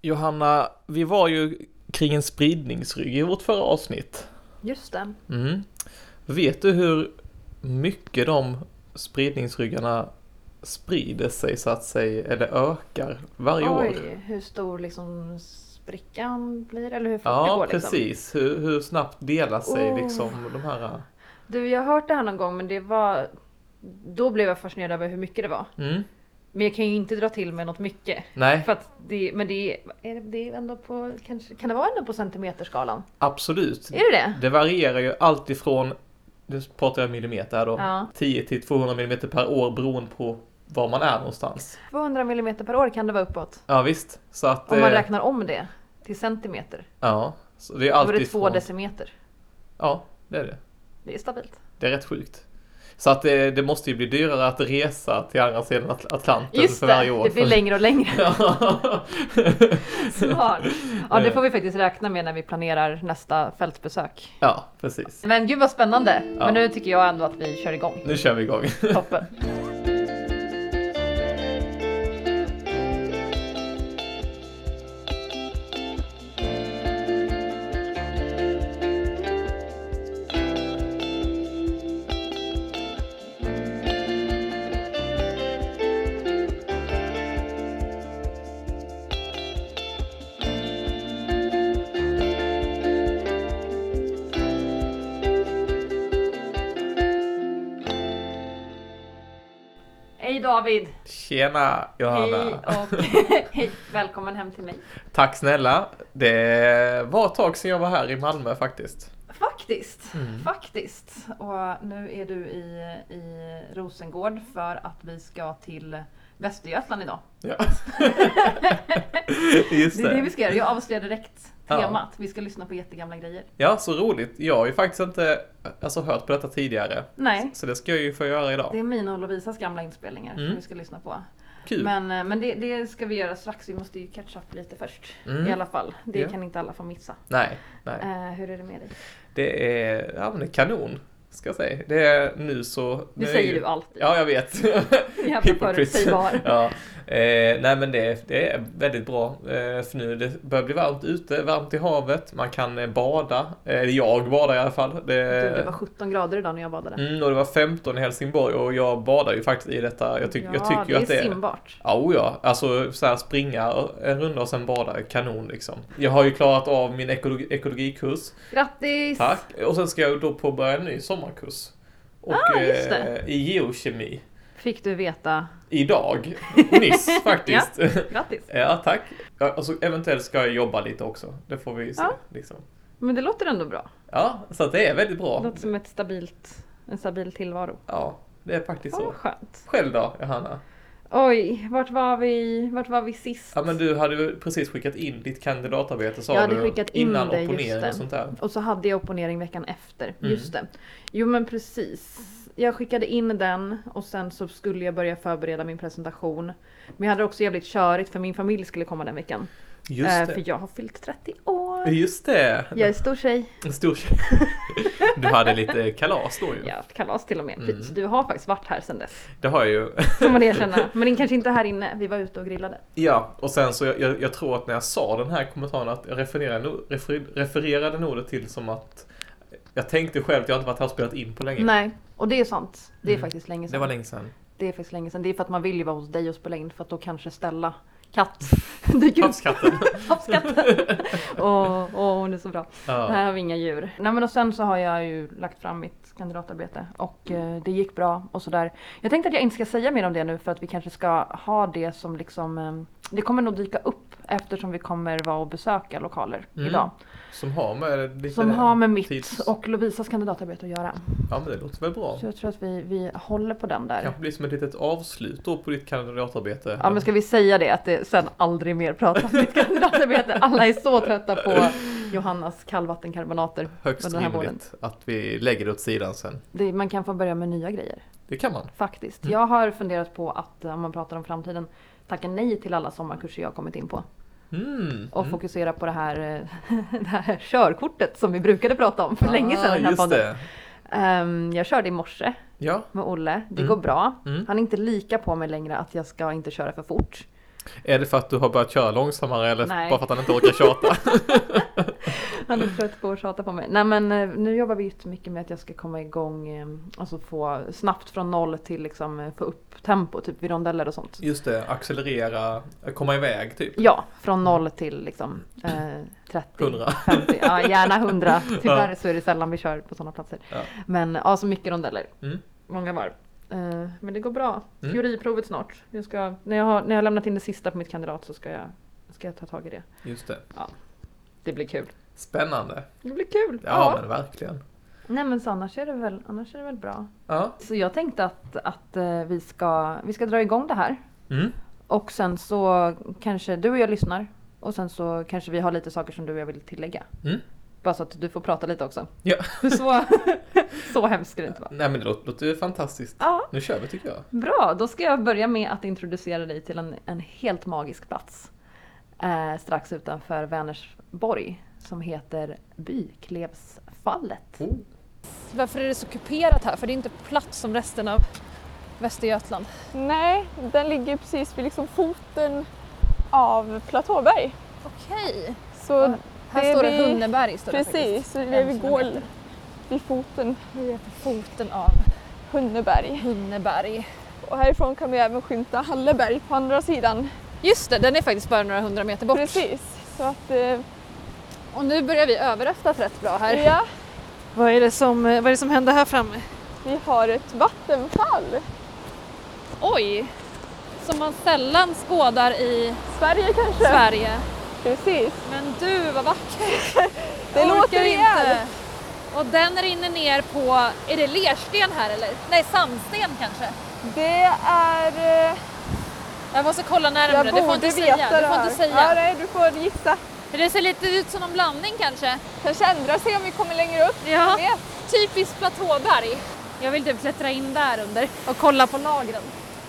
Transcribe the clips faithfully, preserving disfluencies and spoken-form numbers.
Johanna, vi var ju kring en spridningsrygg i vårt förra avsnitt. Just det. Mm. Vet du hur mycket de spridningsryggarna sprider sig så att säga, eller ökar varje Oj, år? hur stor liksom sprickan blir, eller hur fort Ja, det går liksom. precis. Hur, hur snabbt delar sig Oh. liksom de här... Du, jag har hört det här någon gång, men det var... Då blev jag fascinerad över hur mycket det var. Mm. Men jag kan ju inte dra till med något mycket. Nej, För att det, men det är, är det ändå på, kanske, kan det vara ändå på centimeterskalan? absolut. Är det det? Det varierar ju allt ifrån, nu pratar jag millimeter här då, Ja. tio till tvåhundra millimeter per år beroende på var man är någonstans. tvåhundra millimeter per år kan det vara uppåt. Ja visst, så att... Om man eh, räknar om det till centimeter. Ja, så det är Då är alltid det två från... decimeter. Ja, det är det. Det är stabilt. Det är rätt sjukt. Så att det, det måste ju bli dyrare att resa till andra sidan At- Atlanten Just för varje det, år. det blir längre och längre. Ja. Smart. Ja, det får vi faktiskt räkna med när vi planerar nästa fältbesök. Ja, precis. Men gud vad spännande. Ja. Men nu tycker jag ändå att vi kör igång. Nu kör vi igång. Toppen. Hej David. Tjena Johanna. Hej och hej. Välkommen hem till mig. Tack snälla. Det var ett tag sedan jag var här i Malmö faktiskt. Faktiskt, Mm. faktiskt. Och nu är du i, i Rosengård för att vi ska till Västergötland idag. Ja. Just Det är det det. vi ska göra. Jag avslöjar direkt Ja. temat. Vi ska lyssna på jättegamla grejer. Ja, så roligt. Jag har ju faktiskt inte alltså, hört på detta tidigare. Nej, Så det ska jag ju få göra idag. det är mina och Lovisas gamla inspelningar Mm. som vi ska lyssna på. Kul. Men, eh, men det, det ska vi göra strax. Vi måste ju catch up lite först. Mm. I alla fall. Det Ja. kan inte alla få missa. Nej, nej. Eh, hur är det med dig? Det är, ja, men det är kanon, ska jag säga. Det är nu så... Det nu är säger ju, du alltid. Ja, jag vet. Jävla Hypocrite. förutsägbar. Ja. Eh, nej, men det, det är väldigt bra. Eh, för nu det börjar bli varmt ute, varmt i havet. Man kan eh, bada. Eh, jag badar i alla fall. Det, Du, det var sjutton grader idag när jag badade. mm, och det var femton i Helsingborg och jag badar ju faktiskt i detta. Jag, tyck, ja, jag tycker det ju är att det är... simbart. Ja, oh ja, alltså så här springa en runda och sen bada, kanon liksom. Jag har ju klarat av min ekologi, ekologikurs. Grattis! Tack. Och sen ska jag då påbörja en ny sommarkurs. Och, Ah, just det. eh, i geokemi. Fick du veta. Idag. Nyss faktiskt. ja. Grattis! ja, tack. Ja, alltså, eventuellt ska jag jobba lite också. Det får vi se. Ja. Liksom. Men det låter ändå bra. Ja, så att det är väldigt Det bra. låter som ett stabilt, en stabil tillvaro. Ja, det är faktiskt Ja, så. skönt. Själv då, Johanna? Oj, vart var vi, vart var vi sist? Ja, men du hade ju precis skickat in ditt kandidatarbete, sa Jag hade du, skickat in innan det, just opponering det. och sånt där. Och så hade jag opponering veckan efter. Mm. Just det. Jo men precis. Jag skickade in den och sen så skulle jag börja förbereda min presentation. Men jag hade också jävligt körigt för min familj skulle komma den veckan. Just Eh, det. för jag har fyllt trettio år. Just det. Jag är stor tjej. En stor tjej. Du hade lite kalas då ju. Jag har haft kalas till och med. Mm. Så du har faktiskt varit här sedan dess. Det har jag ju. Får man erkänna. Men kanske inte här inne. Vi var ute och grillade. Ja, och sen så jag, jag, jag tror att när jag sa den här kommentaren att jag refererade, nog- refer, refererade nog det till som att jag tänkte själv att jag inte varit här och spelat in på länge. Nej, och det är sant. Det är Mm. faktiskt länge Det sedan. var länge sedan. Det är faktiskt länge sedan. Det är för att man vill ju vara hos dig och spela in för att då kanske Stella katt dyker upp. Havskatten. Havskatten. Åh, åh, hon är så bra. Ja. Här har vi inga djur. Nej men och sen så har jag ju lagt fram mitt kandidatarbete och eh, det gick bra och sådär. Jag tänkte att jag inte ska säga mer om det nu för att vi kanske ska ha det som liksom, eh, det kommer nog dyka upp eftersom vi kommer vara och besöka lokaler Mm. idag. Som har med lite Som har med mitt tids- och Lovisas kandidatarbete att göra. Ja, men det låter väl bra. Så jag tror att vi, vi håller på den där. Kanske blir som ett litet avslut då på ditt kandidatarbete. Ja men ska vi säga det att det sen aldrig mer pratas om mitt kandidatarbete. Alla är så trötta på Johannas kallvattenkarbonater. Högst den här våren. rimligt att vi lägger det åt sidan sen. Det, man kan få börja med nya grejer. Det kan man. Faktiskt. Mm. Jag har funderat på att om man pratar om framtiden tacka nej till alla sommarkurser jag har kommit in på. Mm. Och mm. fokusera på det här, eh, det här körkortet som vi brukade prata om för länge sedan i den här just podden. det. Ehm, jag körde i morse Ja. med Olle. Det Mm. går bra. Mm. Han är inte lika på mig längre att jag ska inte köra för fort. Är det för att du har börjat köra långsammare eller Nej. bara för att han inte orkar tjata? Han är trött på att tjata på mig. Nej men eh, nu jobbar vi jättemycket med att jag ska komma igång, eh, alltså få snabbt från noll till liksom eh, få upp tempo, typ vid rondeller och sånt. Just det, accelerera, komma iväg typ. Ja, från noll till liksom eh, trettio, hundra. femtio, ja gärna hundra. Tyvärr så är det sällan vi kör på sådana platser. Ja. Men ja, så mycket rondeller. Mm. Många varv. Eh, men det går bra. Mm. Teoriprovet snart. Jag ska, när, jag har, när jag har lämnat in det sista på mitt kandidat så ska jag, ska jag ta tag i det. Just det. Ja, det blir kul. Spännande. Det blir kul. Ja, Ja. men verkligen. Nej men så annars är det väl, annars är det väl bra. Ja. Så jag tänkte att, att eh, vi, ska, vi ska dra igång det här. Mm. Och sen så kanske du och jag lyssnar. Och sen så kanske vi har lite saker som du och jag vill tillägga. Mm. Bara så att du får prata lite också. Ja. Så, så hemskt ska det inte vara. Nej men det låter, låter ju fantastiskt. Ja, Nu kör vi tycker jag. bra. Då ska jag börja med att introducera dig till en, en helt magisk plats. Eh, strax utanför Vänersborg. Som heter Byklevsfallet. Oh. Varför är det så kuperat här? För det är inte plats som resten av Västergötland. Nej, den ligger precis vid liksom foten av Platåberg. Okej. Så Ja, Här det är står det vid- Hunneberg. Står det precis, så faktiskt. det är En vi går kilometer. vid foten Vi är på foten av Hunneberg. Hunneberg. Och härifrån kan vi även skymta Halleberg på andra sidan. Just det, den är faktiskt bara några hundra meter bort. Precis, så att eh, Och nu börjar vi överröstat rätt bra här. ja, Vad är det som, vad är det som händer här framme? vi har ett vattenfall. Oj! Som man sällan skådar i Sverige kanske? Sverige. Precis. Men du, vad vackert! Det Jag låter orkar rejält. Och den rinner ner på, är det lersten här eller? Nej, sandsten kanske. Det är... Eh, Jag måste kolla närmare, jag du får borde inte veta säga. det Du får här. inte säga. Ja, nej, du får gissa. Det ser lite ut som en blandning kanske. Kanske ändra sig om vi kommer längre upp. Ja. Jag vet. Typiskt platåberg. Jag vill typ klättra in där under och kolla på lagren.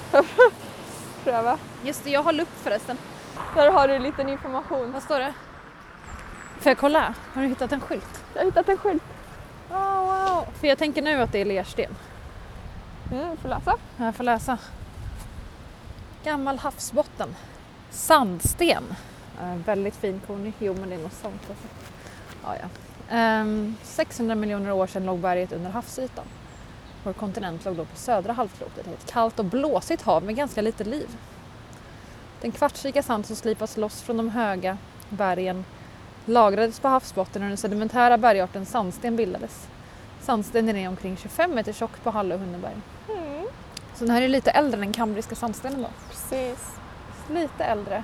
Pröva. Just det, jag har lupp förresten. Där har du lite information. Vad står det? Får jag kolla? Har du hittat en skylt? Jag har hittat en skylt. Oh, wow. För jag tänker nu att det är lersten. Mm, du får läsa. Jag får läsa. Gammal havsbotten. Sandsten. Uh, väldigt finkornig. Jo, men det är nog sant. Alltså. Ja, ja. Um, sexhundra miljoner år sedan låg berget under havsytan. Vår kontinent låg då på södra halvklotet i ett kallt och blåsigt hav med ganska lite liv. Den kvartsrika sand som slipas loss från de höga bergen lagrades på havsbotten och den sedimentära bergarten sandsten bildades. Sandstenen är omkring tjugofem meter tjock på Halle och Hunneberg. Mm, Så den här är lite äldre än den kambriska sandstenen då. precis. Lite äldre.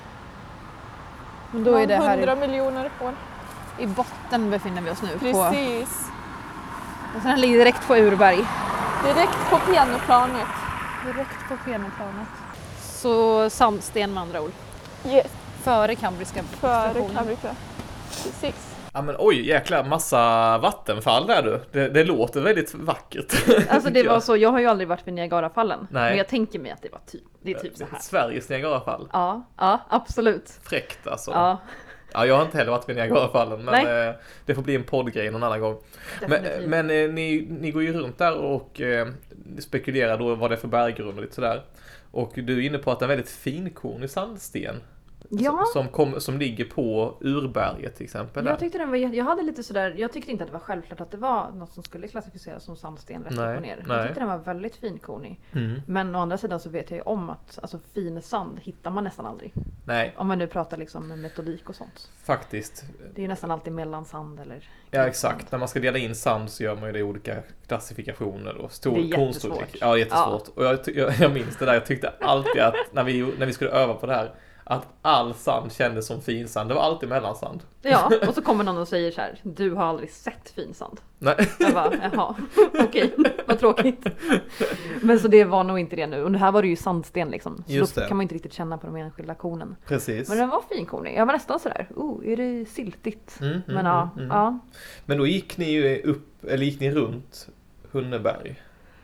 Men då är det här hundra miljoner år. i, i botten befinner vi oss nu. På, Precis. och så den ligger direkt på urberg. Direkt på pianoplanet. Direkt på pianoplanet. Så sandsten med andra ord. Yes. Före kambriska Före stationen. Kambrika. Precis. Ja men oj, jäkla massa vattenfall där du. Det, det låter väldigt vackert. Alltså det var så, jag har ju aldrig varit vid Niagarafallen. Nej. Men jag tänker mig att det var typ, det är typ så här. Sveriges Niagarafall. Ja, ja absolut. Fräckt alltså. Ja, Ja, jag har inte heller varit vid Niagarafallen, men Nej. eh, det får bli en poddgrej någon annan gång. Men, definitivt. men eh, ni, ni går ju runt där och eh, spekulerar då vad det är för berggrund och lite sådär. Och du är inne på att det är en väldigt finkornig sandsten. Ja. Som, kom, som ligger på urberget till exempel. Jag där. tyckte den var, jag hade lite sådär, jag tyckte inte att det var självklart att det var något som skulle klassificeras som sandsten rätt Nej, upp och ner. nej. Jag tyckte den var väldigt finkornig. Mm. Men å andra sidan så vet jag ju om att alltså, fin sand hittar man nästan aldrig. Nej, Om man nu pratar liksom med metodik och sånt. faktiskt. Det är ju nästan alltid mellansand eller... Ja, exakt. När man ska dela in sand så gör man ju det i olika klassifikationer. Och stor, Det är jättesvårt. kornstorlek. Ja, jättesvårt. Och jag, ty- jag, jag minns det där. Jag tyckte alltid att när vi, när vi skulle öva på det här, att all sand kändes som fin sand. Det var alltid mellansand. Ja, och så kommer någon och säger så här: du har aldrig sett fin sand. Nej. Jag bara, jaha, okej, vad tråkigt. Men så det var nog inte det nu. Och det här var det ju sandsten liksom. Så Just då det. kan man inte riktigt känna på de enskilda kornen. Precis. Men den var finkornig. Jag var nästan sådär, oh, är det siltigt? Mm, mm, Men ja, mm, mm. ja. Men då gick ni ju upp, eller gick ni runt Hunneberg?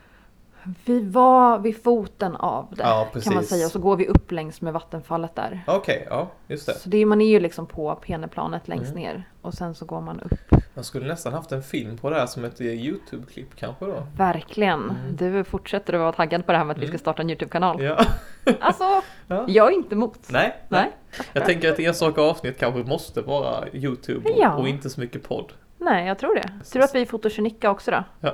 Vi var vid foten av det, Ja, kan man precis. säga. Och så går vi upp längs med vattenfallet där. Okej, ja, just det. Så det är, man är ju liksom på peneplanet längst Mm. ner. Och sen så går man upp. Man skulle nästan haft en film på det här som ett YouTube-klipp kanske då. Verkligen. Mm. Du fortsätter att vara taggad på det här med att Mm. vi ska starta en YouTube-kanal. Ja. Alltså, Ja. jag är inte emot. Nej, Nej. Jag tänker att enstaka avsnitt kanske måste vara YouTube och, Ja. och inte så mycket podd. Nej, jag tror det. Tror du att vi är fotogenika också då? Ja.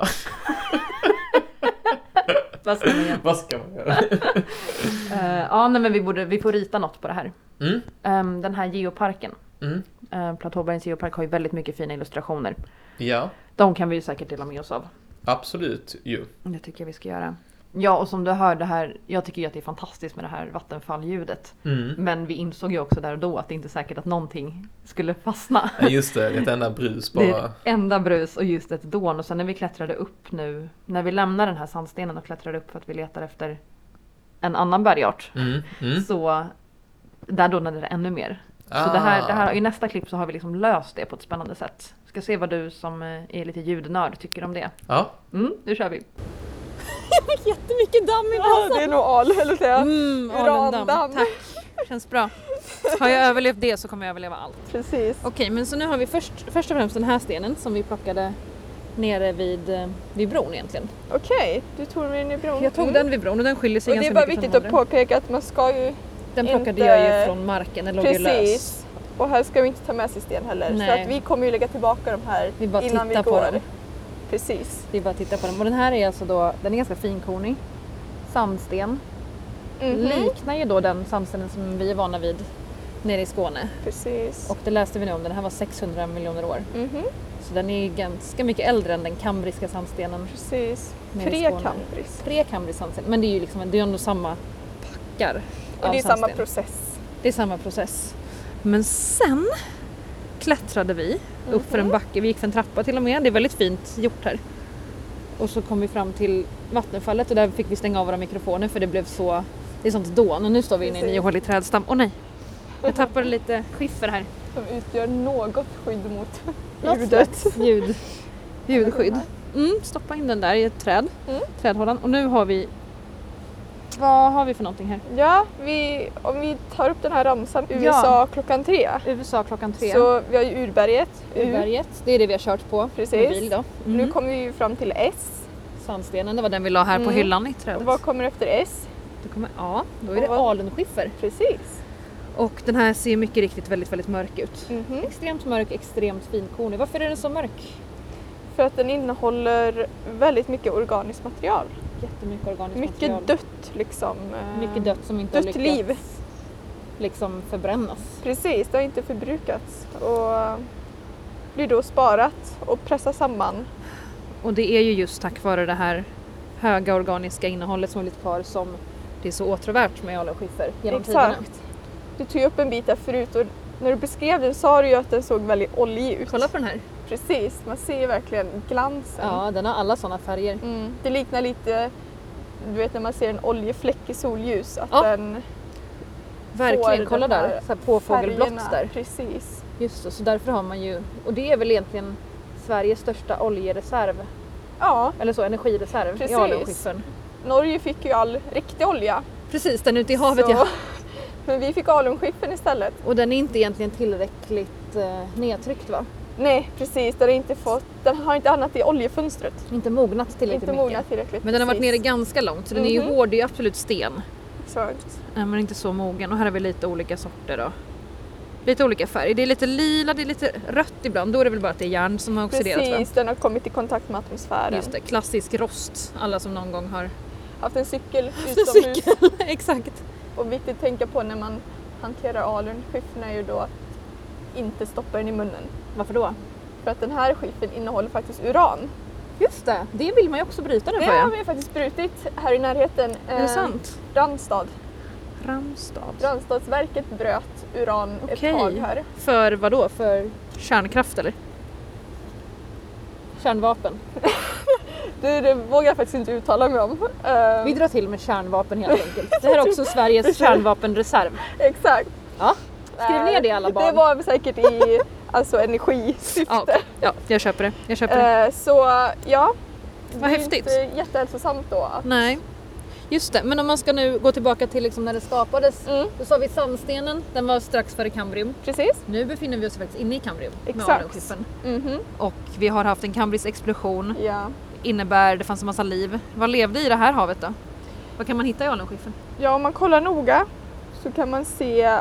Vad ska man göra? Vad ska man göra? Uh, ja, nej, men vi, borde, vi får rita något på det här. Mm. Um, den här geoparken. Mm. Uh, Platåbergens geopark har ju väldigt mycket fina illustrationer. Ja, De kan vi ju säkert dela med oss av. absolut ju. Det tycker jag vi ska göra. Ja, och som du hör det här, jag tycker ju att det är fantastiskt med det här vattenfallljudet. Mm. Men vi insåg ju också där och då att det inte är säkert att någonting skulle fastna. Ja, just det, det är ett enda brus Det är bara. ett enda brus och just ett dån. Och sen när vi klättrade upp nu, när vi lämnar den här sandstenen och klättrade upp för att vi letar efter en annan bergart. Mm. Mm. Så där dånade det ännu mer. Ah. Så det här, det här, i nästa klipp så har vi liksom löst det på ett spännande sätt. Ska se vad du som är lite ljudnörd tycker om det. Ja. Mm, nu kör vi. Jättemycket damm i Ja, brasan. det är nog al, eller säga. Mm, Urandamm. Urandamm. Tack. Känns bra. Har jag överlevt det så kommer jag överleva allt. Precis. Okej, men så nu har vi först, först och främst den här stenen som vi plockade nere vid, eh, vid bron egentligen. Okej, du tog med den i bron. Jag tog Mm. den vid bron och den skiljer sig Och det är ganska bara mycket viktigt från att de andra. påpeka att man ska ju Den plockade inte- jag ju från marken, den låg ju lös. precis. Och här ska vi inte ta med sig sten heller. Nej. Så att vi kommer ju lägga tillbaka de här Vi bara innan vi tittar på går. dem. Precis. Det är bara att titta på den. Och den här är alltså då, den är ganska finkornig. Sandsten. Mhm. Liknar ju då den sandstenen som vi är vana vid nere i Skåne. Precis. Och det läste vi nu om, den här var sexhundra miljoner år. Mhm. Så den är ju ganska mycket äldre än den kambriska sandstenen. Precis. Nere i Tre Skåne. kambris. Pre-kambrisk sandsten. Men det är ju liksom, det är ändå samma packar Och av det är samma sandsten. process. Det är samma process. Men sen klättrade vi upp för en backe. Vi gick för en trappa till och med. Det är väldigt fint gjort här. Och så kom vi fram till vattenfallet och där fick vi stänga av våra mikrofoner för det blev så, det är sånt dån. Och nu står vi inne i en niohålig trädstam. Åh nej, jag tappade lite skiffer här. Som utgör något skydd mot Något ljudet. slags Ljud, ljudskydd. Mm, stoppa in den där i ett träd. Mm. Trädhålan. Och nu har vi, vad har vi för någonting här? Ja, vi, om vi tar upp den här ramsan, U S A klockan tre. U S A klockan tre. Så vi har ju urberget. U. Urberget, det är det vi har kört på. Precis. Med bil då. Nu Mm. kommer vi ju fram till S. Sandstenen, det var den vi la här på Mm. hyllan i Och trädet. vad kommer efter S? Det kommer, ja, då är Och det vad- alunskiffer. Precis. Och den här ser ju mycket riktigt väldigt, väldigt mörk ut. Mhm. Extremt mörk, extremt finkornig. Varför är den så mörk? För att den innehåller väldigt mycket organiskt material. Jättemycket organiskt Mycket material. dött liksom. eh, Mycket dött som inte har Dött lyckats liv. liksom förbrännas. Precis, det har inte förbrukats. Och blir då sparat och pressas samman. Och det är ju just tack vare det här höga organiska innehållet som är lite kvar som det är så åtråvärt med alunskiffer genom tiderna. Exakt. Du tog upp en bit där förut och när du beskrev den sa du ju att den såg väldigt oljig ut. Kolla på den här. Precis, man ser ju verkligen glansen. Ja, den har alla sådana färger. Mm. Det liknar lite, du vet när man ser en oljefläck i solljus. Att Ja, den Verkligen, får kolla den här där. Så här påfågelblått färgerna. där. Precis. Just det, så därför har man ju, och det är väl egentligen Sveriges största oljereserv, Ja, eller så, energireserv Precis. i alunskiffern. Norge fick ju all riktig olja. Precis, den ute i havet Så- ja. Men vi fick alunskiffern istället. Och den är inte egentligen tillräckligt eh, nedtryckt va? Nej, precis. Den har inte, fått, den har inte hamnat i oljefönstret. Inte mognat tillräckligt Inte mycket. mognat tillräckligt. Men den har varit precis. nere ganska långt så den är ju Mhm. hård, det är ju absolut sten. Exakt. Eh, Men inte så mogen. Och här har vi lite olika sorter då. Lite olika färg. Det är lite lila, det är lite rött ibland. Då är det väl bara att det är järn som har oxiderat va? Precis, den har kommit i kontakt med atmosfären. Just det, klassisk rost. Alla som någon gång har Haft en cykel haft en utomhus. cykel. Exakt. Och viktigt att tänka på när man hanterar alunskiffern är ju då att inte stoppa den i munnen. Varför då? För att den här skiffern innehåller faktiskt uran. Just det, det vill man ju också bryta den Det för. har Ja. vi faktiskt brutit här i närheten. Är det sant? Ranstad. Ramstad. Ranstadsverket bröt uran Okej. ett tag här. För vad då? För kärnkraft eller? Kärnvapen. Det, det vågar jag faktiskt inte uttala mig om. Eh, Vi drar till med kärnvapen helt enkelt. Det här är också Sveriges kärnvapenreserv. Exakt. Ja, skriv ner det alla barn. Det var säkert i alltså, energisyfte. Ja, okej. Ja, jag köper det. Jag köper det. Eh, så ja, Vad det är häftigt. inte jättehälsosamt då. Att, Nej. Just det, men om man ska nu gå tillbaka till liksom när det skapades. Mm. Då sa vi sandstenen, den var strax före kambrium. Precis. Nu befinner vi oss faktiskt inne i kambrium med Exakt. alunskiffern. Mhm. Och vi har haft en kambrisk-explosion. Ja. Innebär det fanns en massa liv. Vad levde i det här havet då? Vad kan man hitta i alunskiffern? Ja, om man kollar noga så kan man se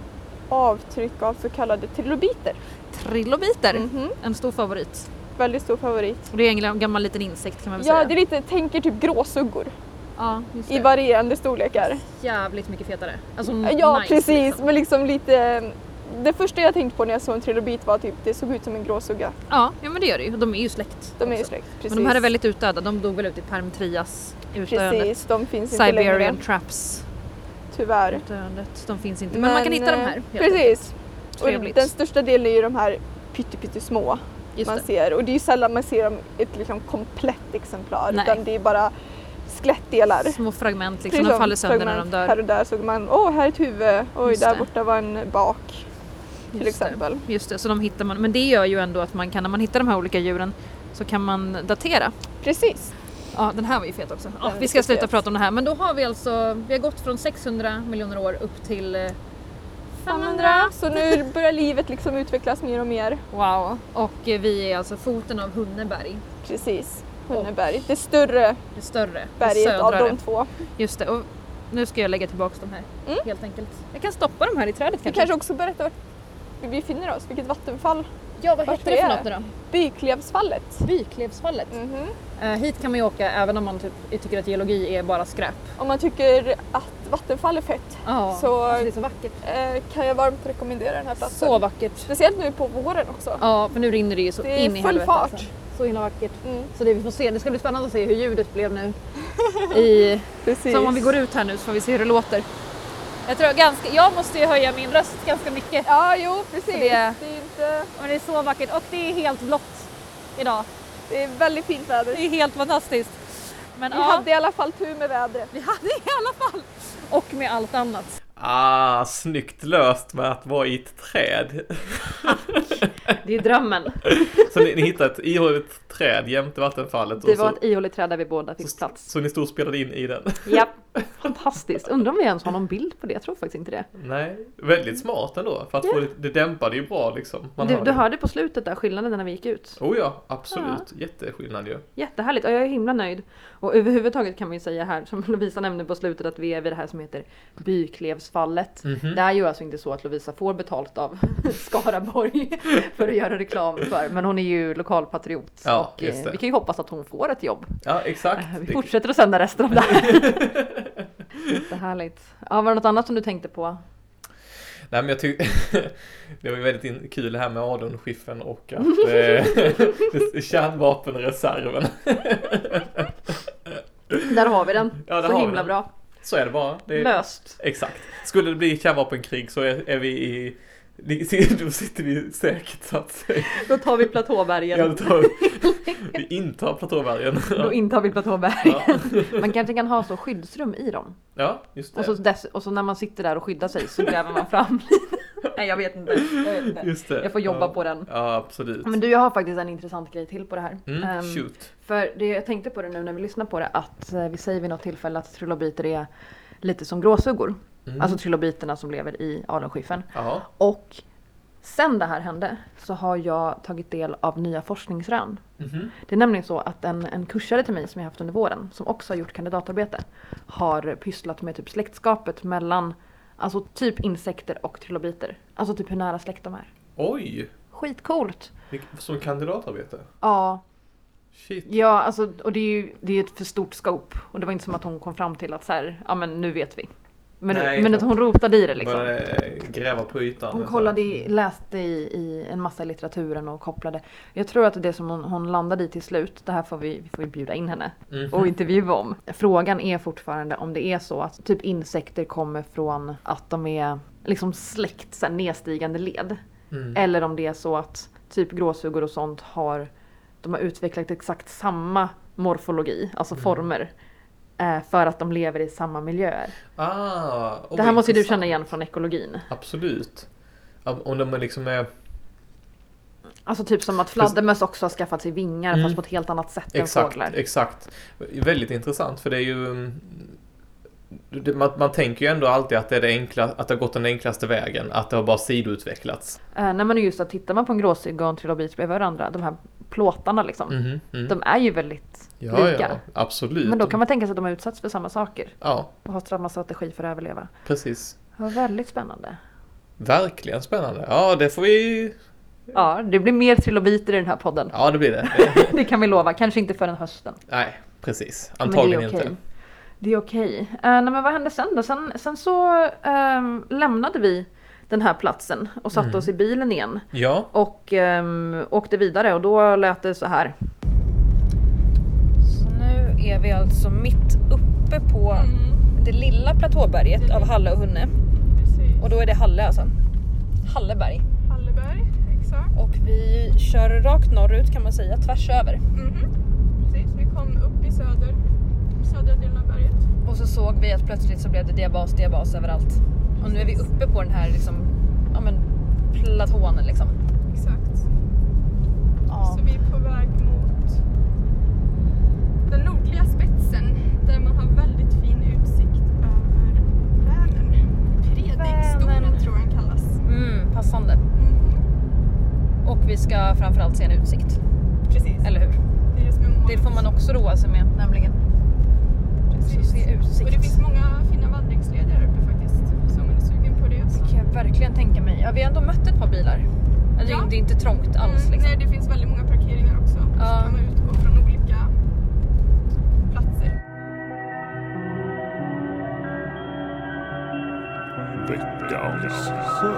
avtryck av så kallade trilobiter. Trilobiter, Mhm. en stor favorit. Väldigt stor favorit. Och det är en gam- gammal liten insekt kan man väl Ja, säga. det är lite, tänker typ gråsuggor Ja, just i det. varierande storlekar. Jävligt mycket fetare. Alltså, Ja, nice, precis, liksom. men liksom lite... Det första jag tänkte på när jag såg en trilobit var typ, det såg ut som en gråsugga. Ja, ja, men det gör det ju. De är ju släkt. De är ju också. släkt, precis. Men de här är väldigt utdöda. De dog väl ut i Perm-Trias utdöendet. Precis, de finns inte Siberian längre, traps tyvärr. utdöendet. De finns inte. Men, man kan hitta de här. eh, helt enkelt. Precis. Och Trevligt. den största delen är ju de här pytte, pytte små Just man det. ser. Och det är ju sällan man ser dem i ett liksom komplett exemplar. Nej. Utan det är bara skelettdelar. Små fragment liksom. Precis, De faller sönder när de fragment. dör. Här och där såg man, åh här är ett huvud, oj Just där det. borta var en bak. Till Just det. exempel. Just det, så de hittar man. Men det gör ju ändå att man kan, när man hittar de här olika djuren så kan man datera. Precis. Ja, den här var ju fet också. Ja, Den vi ska är sluta fet. prata om det här. Men då har vi alltså, vi har gått från sexhundra miljoner år upp till eh, femhundra. Så nu börjar livet liksom utvecklas mer och mer. Wow. Och eh, vi är alltså foten av Hunneberg. Precis. Hunneberg. Det större Det större, berget det av södrare. de två. Just det, och nu ska jag lägga tillbaka de här. Mm. Helt enkelt. Jag kan stoppa de här i trädet Vi kanske. kanske också berättar vart vi befinner oss, vilket vattenfall. Ja, vad vart heter det det för är. något nu då? Byklevsfallet. Byklevsfallet. Mhm. Eh, hit kan man ju åka även om man typ, tycker att geologi är bara skräp. Om man tycker att vattenfall är fett Ja, så alltså det är så vackert. eh, kan jag varmt rekommendera den här platsen. Så vackert. Speciellt nu på våren också. Ja, för nu rinner det ju så Det är in i full helvete. fart. Alltså. Så himla vackert. Mm. Så det vi får se, det ska bli spännande att se hur ljudet blev nu. I, Precis. som om vi går ut här nu så får vi se hur det låter. Jag tror ganska, jag måste ju höja min röst ganska mycket. Ja, jo precis. Så Det... det- är inte... Och det är så vackert och det är helt blått idag. det är väldigt fint väder. Det är helt fantastiskt. Men Vi ja, hade i alla fall tur med vädret. vi hade i alla fall. Och med allt annat. Ah, snyggt löst med att vara i ett träd. Det är drömmen. Så ni, ni hittade ett ihåligt träd jämte vattenfallet. Det och var så, ett ihåligt träd där vi båda fick så, plats. så ni stod och spelade in i den. Ja, fantastiskt. Undrar om vi ens har någon bild på det. Jag tror faktiskt inte det. Nej, väldigt smart ändå. För att få lite, det dämpade ju bra liksom. Man Du, hör du det. hörde på slutet där skillnaden när vi gick ut. Oh ja, absolut. Jätteskillnad ju. Jättehärligt och jag är himla nöjd. Och överhuvudtaget kan man ju säga här, som Lovisa nämnde på slutet, att vi är vid det här som heter Byklevsfallet. Mhm. Det är ju alltså inte så att Lovisa får betalt av Skaraborg för att göra reklam för, men hon är ju lokalpatriot. Ja, och just eh, det. vi kan ju hoppas att hon får ett jobb. Ja, exakt. Eh, Vi Det- fortsätter att sända resten av det här. Jättehärligt. Ja, var det något annat som du tänkte på? Nej, men jag tycker det var ju väldigt in- kul det här med alunskiffern och att eh, kärnvapenreserven. Där har vi den. Ja, där så har vi himla den. bra. Så är det bara. Det är, Löst. Exakt. Skulle det bli kärnvapenkrig så är, är vi i... Då sitter vi säkert så att säga. Då tar vi Platåbergen. Ja, då tar vi, vi intar platåbergen. Då intar vi Platåbergen. Man kanske kan ha så skyddsrum i dem. Ja, just det. Och så, dess, och så när man sitter där och skyddar sig så gräver man fram. Nej, jag vet inte. Jag, vet inte. Just det. Jag får jobba ja. på den. Ja, absolut. Men du, jag har faktiskt en intressant grej till på det här. Mm, Ehm, shoot. För det jag tänkte på det nu när vi lyssnar på det, att eh, vi säger vid något tillfälle att trilobiter är lite som gråsuggor. Mm. Alltså trilobiterna som lever i alunskiffern. Ja. Och sen det här hände så har jag tagit del av nya forskningsrön. Mhm. Det är nämligen så att en, en kursare till mig som jag haft under våren, som också har gjort kandidatarbete, har pysslat med typ släktskapet mellan alltså typ insekter och trilobiter. Alltså typ hur nära släkt de är. Oj! Skitcoolt! Vilk- Som kandidatarbete? Ja, Shit. ja alltså, och det är ju det är ett för stort scope. Och det var inte som att hon kom fram till att så här, ja men nu vet vi. Men, Nej, men att hon rotade i det liksom. Började gräva på ytan. Hon så. kollade i, läste i, i en massa i litteraturen och kopplade. Jag tror att det som hon, hon landade i till slut, det här får vi, vi får vi bjuda in henne Mhm. och intervjua om. Frågan är fortfarande om det är så att typ insekter kommer från att de är liksom släkt, så här nedstigande led. Mm. Eller om det är så att typ gråsugor och sånt har, de har utvecklat exakt samma morfologi, alltså Mm. former. eh, För att de lever i samma miljöer. Ah, och Det här vad måste ju du intressant. känna igen från ekologin. Absolut. Ja, om de är liksom är... Alltså typ som att fladdermöss också har skaffat sig vingar Mm. fast på ett helt annat sätt än Exakt, fåglar. exakt. Väldigt intressant för det är ju... mm, man, man tänker ju ändå alltid att det är det enkla, att det har gått den enklaste vägen, att det har bara sidoutvecklats. Eh, när man just att tittar man på en gråsygga och en trilobit bredvid varandra, de här plåtarna liksom, Mm, mm. de är ju väldigt Ja, lika. ja, absolut. Men då kan man tänka sig att de har utsatts för samma saker Ja, och har samma strategi för att överleva. precis. Det var väldigt spännande. Verkligen spännande. Ja, det får vi... Ja, det blir mer trilobiter i den här podden. Ja, det blir det. Det kan vi lova. Kanske inte förrän hösten. Nej, precis. Men Antagligen det är okej. inte. Det är okej. Uh, nej, men vad hände sen då? Sen, sen så um, lämnade vi den här platsen och satte Mm. oss i bilen igen. Ja, Och um, åkte vidare och då lät det så här. Så nu är vi alltså mitt uppe på Mm. det lilla platåberget av Halle och Hunne. Precis. Och då är det Halle alltså. Halleberg. Halleberg, exakt. Och vi kör rakt norrut kan man säga, tvärs över. Mhm. Precis, vi kom upp i söder, södra delen av berget. Och så såg vi att plötsligt så blev det diabas, diabas överallt. Och nu är vi uppe på den här liksom, ja men, platån liksom. Exakt. Ja. Så vi är på väg mot den nordliga spetsen där man har väldigt fin utsikt över Vänern. Predikstolen Vänern. tror jag den kallas. Mm, passande. Mhm. Och vi ska framförallt se en utsikt, Precis. eller hur? Det är det som är målet. Det får man också roa sig med, nämligen. Så Precis. se utsikt. Och det finns många fina vandringsleder här uppe faktiskt. Så om man är sugen på det så. Det kan jag verkligen tänka mig. Ja, vi har ändå mött ett par bilar. Alltså, Ja. det är inte trångt alls Mm, liksom. Nej, det finns väldigt många parkeringar också. Ja. Så kan man utgå från olika platser. Veckans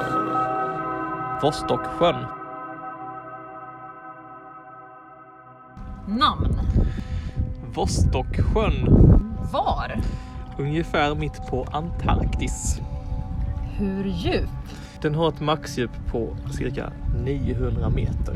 Vostoksjön. Namn. Vostoksjön. Var? Ungefär mitt på Antarktis. Hur djup? Den har ett maxdjup på cirka niohundra meter.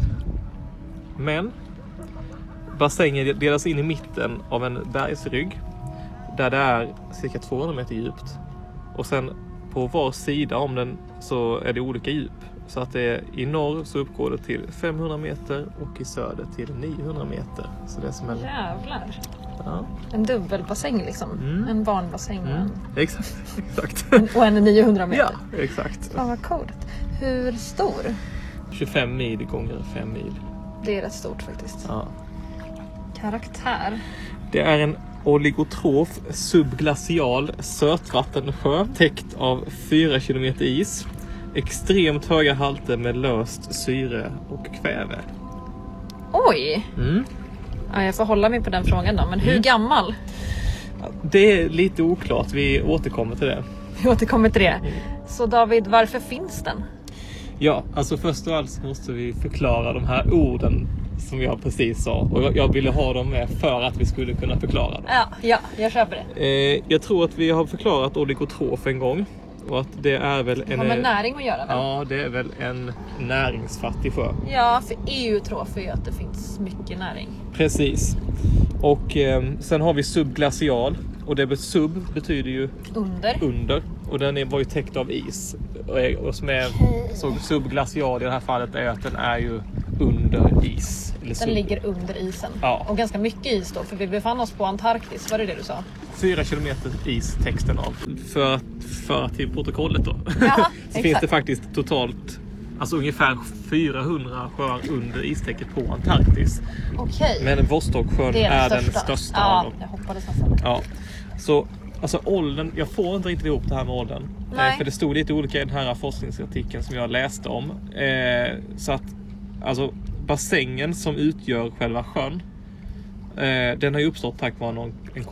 Men bassängen delas in i mitten av en bergsrygg där det är cirka tvåhundra meter djupt. Och sen på var sida om den så är det olika djup. Så att det är, i norr så uppgår det till femhundra meter och i söder till niohundra meter. Så det är som en... Jävlar. Ja. En dubbelbassäng liksom. Mm. En barnbassäng och, Mm. en, Exakt, exakt. och en niohundra meter. Ja, exakt. Fan vad coolt. Hur stor? tjugofem mil gånger fem mil. Det är rätt stort faktiskt. Ja. Karaktär. Det är en oligotrof subglacial sötvattensjö täckt av fyra kilometer is. Extremt höga halter med löst syre och kväve. Oj! Mm. Ja, jag får hålla mig på den frågan då. Men hur Mm. gammal? Det är lite oklart, vi återkommer till det. Vi återkommer till det. Så David, varför finns den? Ja, alltså först och allt måste vi förklara de här orden som jag precis sa. Och jag, jag ville ha dem med för att vi skulle kunna förklara dem. Ja, ja jag köper det. Eh, jag tror att vi har förklarat oligotrof en gång. Och att det är väl Det en... har med näring att göra väl? Ja, det är väl en näringsfattig sjö. Ja, för eutrof är ju att det finns mycket näring. Precis. Och eh, sen har vi subglacial. Och det sub betyder ju Under. under. Och den är, var ju täckt av is. Och, och som är, så subglacial i det här fallet är att den är ju under is. Eller Den sub. ligger under isen. Ja. Och ganska mycket is då, för vi befann oss på Antarktis, var det det du sa? Fyra kilometer is texten av. För att föra till protokollet då. Ja, så exakt. finns det faktiskt totalt alltså ungefär fyrahundra sjöar under istäcket på Antarktis. Okej. Men Vostoksjön Det är, är den den största. största av Ja, dem. jag hoppades nästan. Ja. Så alltså åldern, jag får inte riktigt ihop det här med åldern. Nej. Eh, för det stod lite olika i den här forskningsartikeln som jag läste om. Eh, så att alltså bassängen som utgör själva sjön, eh, den har ju uppstått tack vare någon, en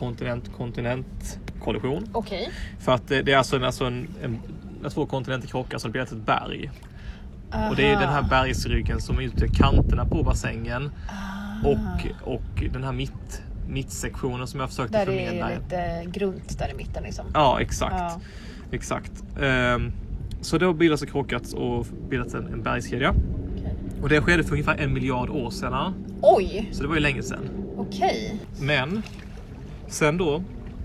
kontinent-kontinent-kollision. Okej. För att det, det är alltså, en, alltså en, en, när två kontinenter krockar så det blir ett berg. Och det är den här bergsryggen som utgör kanterna på bassängen. Och, och den här mitt, mittsektionen som jag försökte Där förmedla. det är lite grunt där i mitten liksom. Ja, exakt. Ja. Exakt. Um, så då bildats och krockats och bildats en, en bergskedja. Okej. Och det skedde för ungefär en miljard år sedan. Oj, Så det var ju länge sedan. okej. Men sen då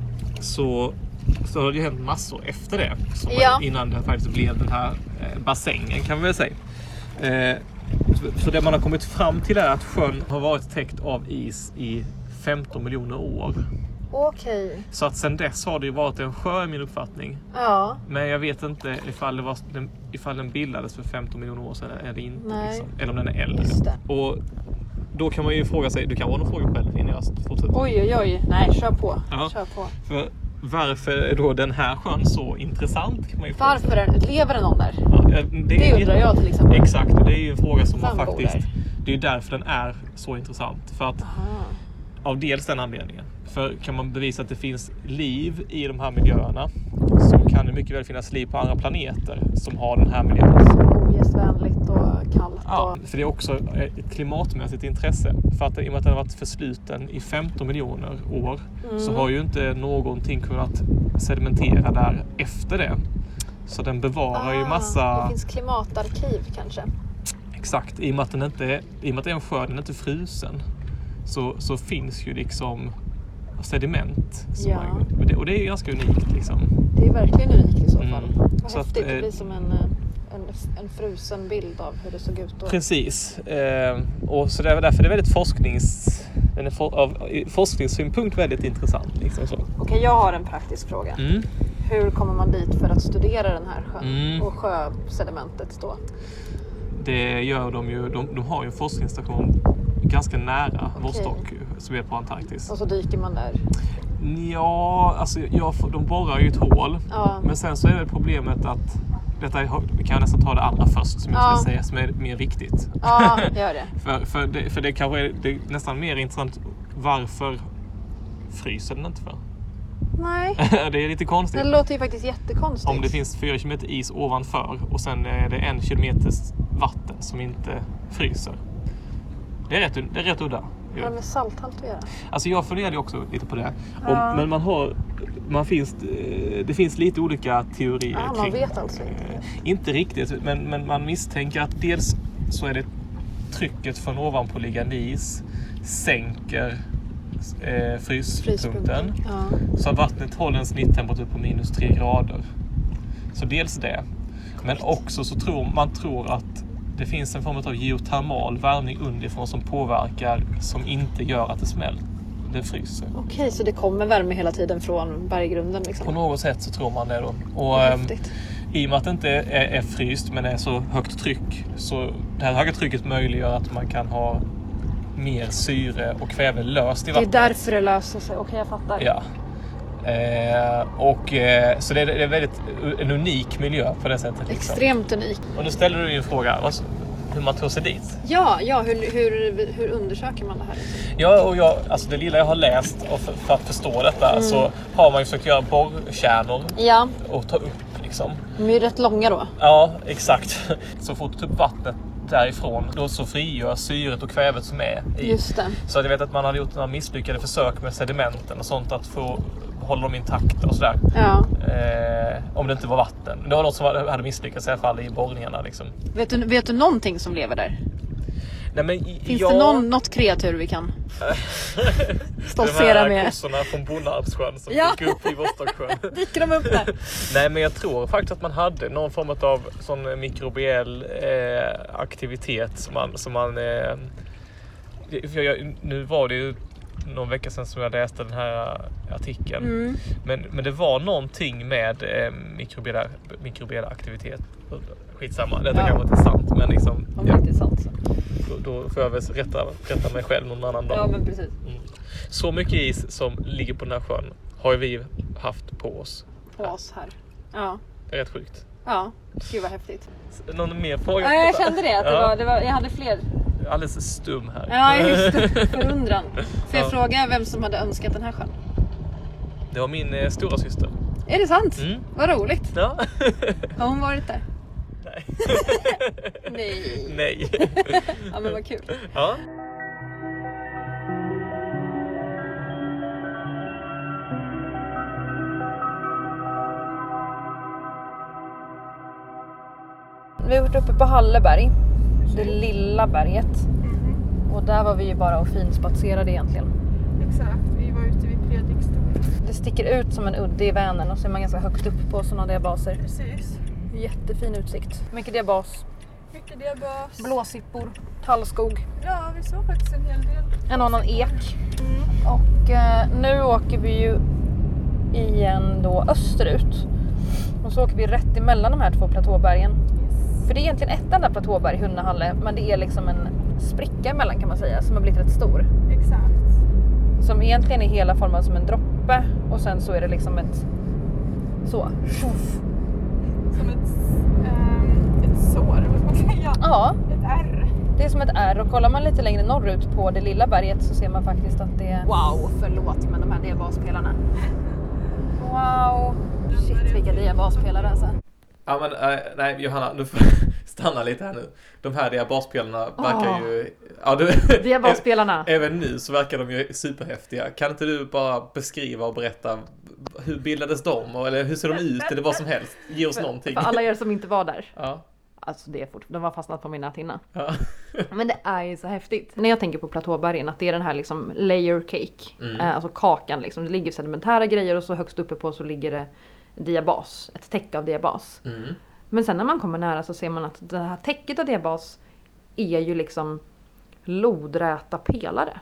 så, så har det ju hänt massor efter det. Som Ja. Innan det faktiskt blev den här eh, bassängen kan vi väl säga. Eh, så, så det man har kommit fram till är att sjön har varit täckt av is i femton miljoner år. Okej. Okay. Så att sen dess har det ju varit en sjö i min uppfattning. Ja. Men jag vet inte ifall, det var, ifall den bildades för femton miljoner år sedan eller inte. Liksom. Eller om den är äldre. Just det. Och då kan man ju fråga sig, du kan ha någon fråga själv innan jag fortsätter. Oj, oj, oj. Nej, kör på. Ja. Kör på. För varför är då den här sjön så intressant? Kan man ju varför är, lever det någon där? Ja, det, det undrar jag till exempel. Exakt, det är ju en fråga som Vem man faktiskt... Det är ju därför den är så intressant. För att, aha. Av dels den anledningen. För kan man bevisa att det finns liv i de här miljöerna, så kan det mycket väl finnas liv på andra planeter som har den här miljön. Så ogästvänligt och kallt. Ja, och... för det är också ett klimatmässigt intresse. För att i och med att den har varit försluten i femton miljoner år mm. så har ju inte någonting kunnat sedimentera där efter det. Så den bevarar ah, ju massa... Det finns klimatarkiv kanske. Exakt, i och med att den inte är, i och med att det är en sjö, den är inte frusen. Så, så finns ju liksom sediment. Som ja. är, och, det, och det är ju ganska unikt liksom. Det är verkligen unikt i så fall. Mm. Vad så häftigt, att, det blir som en, en, en frusen bild av hur det såg ut då. Precis. Eh, och så det är därför det är väldigt forsknings... Den är for, av forskningssynpunkt väldigt intressant. Liksom så. Okej, okay, jag har en praktisk fråga. Mm. Hur kommer man dit för att studera den här sjön mm. och sjösedimentet då? Det gör de ju, de, de har ju en forskningsstation ganska nära okay. Vostok som är på Antarktis. Och så dyker man där? Ja, alltså jag, de borrar ju ett hål. Ja. Men sen så är det problemet att detta är, vi kan nästan ta det allra först som jag ja. ska säga som är mer viktigt. Ja, gör det. för, för det. För det kanske är, det är nästan mer intressant varför fryser den inte för? Nej. Det är lite konstigt. Det låter ju faktiskt jättekonstigt. Om det finns fyra kilometer is ovanför och sen är det en kilometers vatten som inte fryser. Det är rätt, det är rätt udda. Vad har det med salthalt att göra? Alltså jag funderade också lite på det. Ja. Och, men man har, man finns, det finns lite olika teorier ah, kring. Man vet alltså inte. Inte riktigt, men, men man misstänker att dels så är det trycket från ovanpåliggande is sänker eh, fryspunkten. Ja. Så att vattnet håller en snitttemperatur på minus tre grader. Så dels det. Men också så tror man tror att det finns en form av geotermal värmning underifrån som påverkar, som inte gör att det smäller. Det fryser. Okej, så det kommer värme hela tiden från berggrunden liksom? På något sätt så tror man det då. Och äm, i och med att det inte är, är fryst men är så högt tryck, så det här höga trycket möjliggör att man kan ha mer syre och kväve löst i vattnet. Det är därför det löser sig. Okej, jag fattar. Ja. Eh, och, eh, så det är, det är väldigt en unik miljö på det sättet. Liksom. Extremt unik. Och nu ställer du ju en fråga, vad, hur man tog sig dit. Ja, ja hur, hur, hur undersöker man det här? Ja, och jag, alltså det lilla jag har läst och för, för att förstå detta mm. så har man ju försökt göra borrkärnor ja. och ta upp liksom. De är ju rätt långa då. Ja, exakt. Så fort du tar upp vattnet därifrån, då så frigör syret och kvävet som är i. Just det. Så jag vet att man hade gjort några misslyckade försök med sedimenten och sånt att få hålla dem intakta och sådär. Ja. Eh, om det inte var vatten. Det var något som hade misslyckats i alla fall i borrningarna liksom. Vet du, vet du någonting som lever där? Nej, men, Finns ja... det någon, något kreatur vi kan stoltsera med? De här kossorna från Bonnarpssjön som ja. dyker upp i Vostoksjön. Dyker de upp där? Nej, men jag tror faktiskt att man hade någon form av sån mikrobiell eh, aktivitet som man... Som man eh, för jag, nu var det ju någon vecka sedan som jag läste den här artikeln. Mm. Men, men det var någonting med eh, mikrobiella, mikrobiella aktivitet. Skitsamma, detta ja. kan vara inte sant. Men liksom, om det ja. inte är sant så. Då, då får jag väl rätta, rätta mig själv någon annan dag. Ja, men precis. Mm. Så mycket is som ligger på den här sjön har vi haft på oss. På här. oss här. Ja. Det är rätt sjukt. Ja, gud vad häftigt. Någon mer fråga? Ja, jag kände det. Att det, ja. var, det var, jag hade fler. Alldeles stum här. Ja, just det. Förundran. Får jag ja. fråga vem som hade önskat den här sjön? Det var min eh, stora syster. Är det sant? Mm. Vad roligt. Ja. Har hon varit där? Nej. Nej. Nej. Ja, men vad kul. Ja. Vi har varit uppe på Halleberg, det lilla berget. Mm-hmm. Och där var vi ju bara och finspatserade egentligen. Exakt, vi var ute vid Predikstolen. Det sticker ut som en udde i Vänern och så är man ganska högt upp på sådana där baser. Precis. Jättefin utsikt. Mycket diabas. Mycket diabas. blåsippor, tallskog, Ja, vi såg faktiskt en hel del. en annan ek. Mm. Och eh, nu åker vi ju igen då österut. Och så åker vi rätt emellan de här två platåbergen. Yes. För det är egentligen ett enda platåberg, Hunnahalle, men det är liksom en spricka emellan kan man säga, som har blivit rätt stor. Exakt. Som egentligen är hela formen som en droppe och sen så är det liksom ett så. Som ett, um, ett sår, vad ska man säga? Ja, Ett R. det är som ett R och kollar man lite längre norrut på det lilla berget så ser man faktiskt att det är... Wow, förlåt men de här diabaspelarna. Wow. Shit vilka diabasspelare alltså. Ja men äh, nej Johanna, du får stanna lite här nu. De här diabaspelarna verkar Åh. ju... Ja, du, Diabaspelarna. Även nu så verkar de ju superhäftiga. Kan inte du bara beskriva och berätta hur bildades de? Eller hur ser de ut? Eller vad som helst. Ge oss någonting. För alla er som inte var där. Ja. Alltså det är fort, de var fastnat på min näthinna. Ja. Men det är ju så häftigt. När jag tänker på platåbergen, att det är den här liksom layer cake. Mm. Eh, alltså kakan liksom. Det ligger sedimentära grejer och så högst uppe på så ligger det diabas. Ett täcke av diabas. Mm. Men sen när man kommer nära så ser man att det här täcket av diabas är ju liksom lodräta pelare.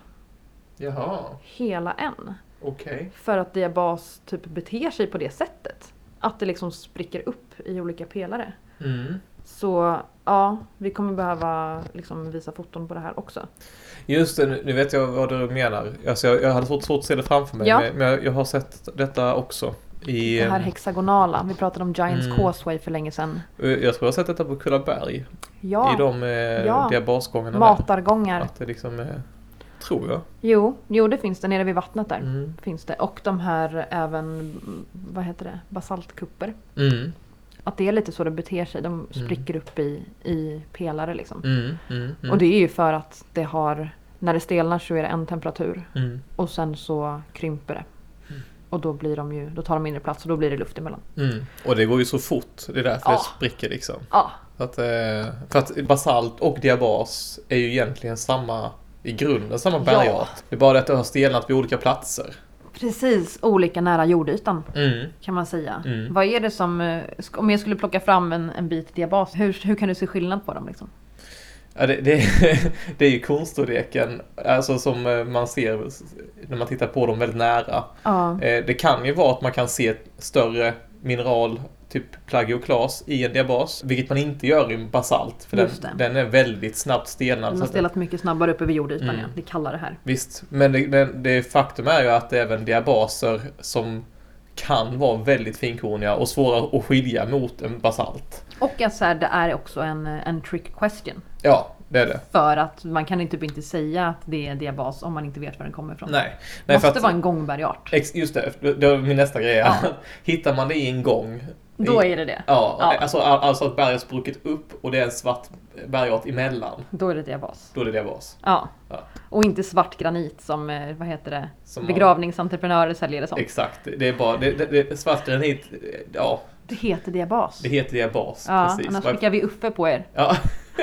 Jaha, Hela en. okej. För att diabas typ beter sig på det sättet. Att det liksom spricker upp i olika pelare. Mm. Så ja, vi kommer behöva liksom visa foton på det här också. Just det, nu nu vet jag vad du menar. Alltså jag, jag hade svårt, svårt att se det framför mig. Ja. Men men jag, jag har sett detta också. I, Det här hexagonala. Vi pratade om Giants Mm. Causeway för länge sedan. jag tror jag har sett detta på Kullaberg. Ja, I de eh, Ja. diabasgångarna där. matargångar. Att det liksom är, tror jag. Jo, jo, det finns det nere vid vattnet där. Mm. Finns det. Och de här även, vad heter det, basaltkupper. Mm. Att det är lite så det beter sig. De spricker upp i, i pelare liksom. Mm. Mm. Mm. Och det är ju för att det har, när det stelnar så är det en temperatur. Mm. Och sen så krymper det. Och då blir de ju, då tar de mindre plats och då blir det luft emellan. Mm. Och det går ju så fort. Det är därför Ja. det spricker liksom. Ja, Så att, eh, för att basalt och diabas är ju egentligen samma, i grunden samma bergart. Det är bara det att det har stelnat på olika platser. precis. Olika nära jordytan Mm. kan man säga. Mm. Vad är det som, eh, sk- om jag skulle plocka fram en, en bit diabas, hur, hur kan du se skillnad på dem liksom? Ja, det, det, det är ju kornstorleken, alltså som man ser när man tittar på dem väldigt nära. Ja, Eh, Det kan ju vara att man kan se ett större mineral, typ plagioklas, i en diabas, vilket man inte gör i basalt, för den, Just det. den är väldigt snabbt stelnad. de så har att- stelat mycket snabbare upp över jordytan, Mm. ja. Det är kallare här. Visst, men det, det, det faktum är ju att det är även diabaser som kan vara väldigt finkorniga och svåra att skilja mot en basalt. Och att så här, det är också en, en trick question. Ja, det är det. För att man kan typ inte säga att det är diabas om man inte vet var den kommer ifrån. Nej, Det Nej måste för att, vara en gångbergart. ex, just det, det var min nästa grej. Ja. Hittar man det i en gång. Då i, är det det. Ja, Ja. Alltså, alltså att berget spruckit upp och det är en svart bergart emellan. Då är det diabas. Då är det diabas. Ja. Ja. Och inte svart granit som, eh, vad heter det, Som begravningsentreprenörer säljer det som. Exakt, det är bara, det, det, det, svart granit, ja, Det heter diabas. det heter diabas. Ja, precis. annars skickar vi Uffe på er. Ja.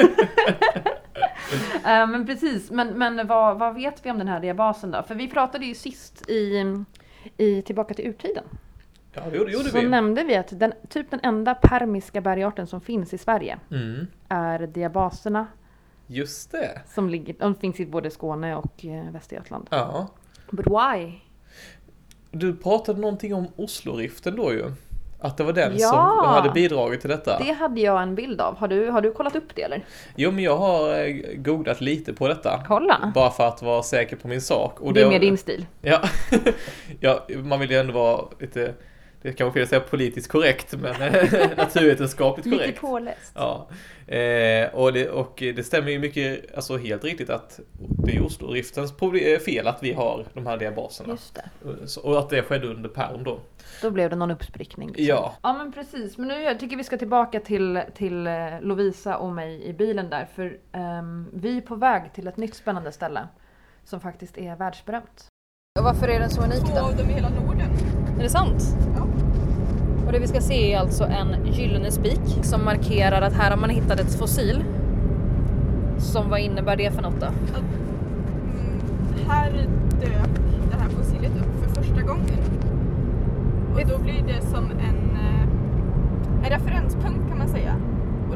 Eh, men precis, men, men vad, vad vet vi om den här diabasen då? För vi pratade ju sist i, i Tillbaka till urtiden. Ja, det gjorde, gjorde Så vi. nämnde vi att den, typ den enda permiska bergarten som finns i Sverige Mm. är diabaserna. Just det. Som ligger, de finns i både Skåne och eh, Västergötland. Ja. But why? Du pratade någonting om Osloriften då ju. Att det var den Ja. som hade bidragit till detta. Det hade jag en bild av. Har du, har du kollat upp det eller? Jo, men jag har eh, googlat lite på detta. Kolla. Bara för att vara säker på min sak. Och Det är mer din stil. Ja. Ja, man vill ju ändå vara lite, det kan man fel säga politiskt korrekt, men naturvetenskapligt korrekt. Lite påläst. Ja, eh, och, det, och det stämmer ju mycket, alltså helt riktigt att det är Osloriftens problem- fel att vi har de här diabaserna. Just det. Så- Och att det skedde under perm då. Då blev det någon uppsprickning. Liksom. Ja. Ja men precis. Men nu jag tycker vi ska tillbaka till, till eh, Lovisa och mig i bilen där. För ehm, vi är på väg till ett nytt spännande ställe. Som faktiskt är världsberömt. Och varför är den så unik Två då? av dem i hela Norden. Är det sant? Ja. Och det vi ska se är alltså en gyllene spik som markerar att här har man hittat ett fossil. Som vad innebär det för något då? Mm, här dök det här fossilet upp för första gången. Och då blir det som en, eh, en referenspunkt kan man säga. Och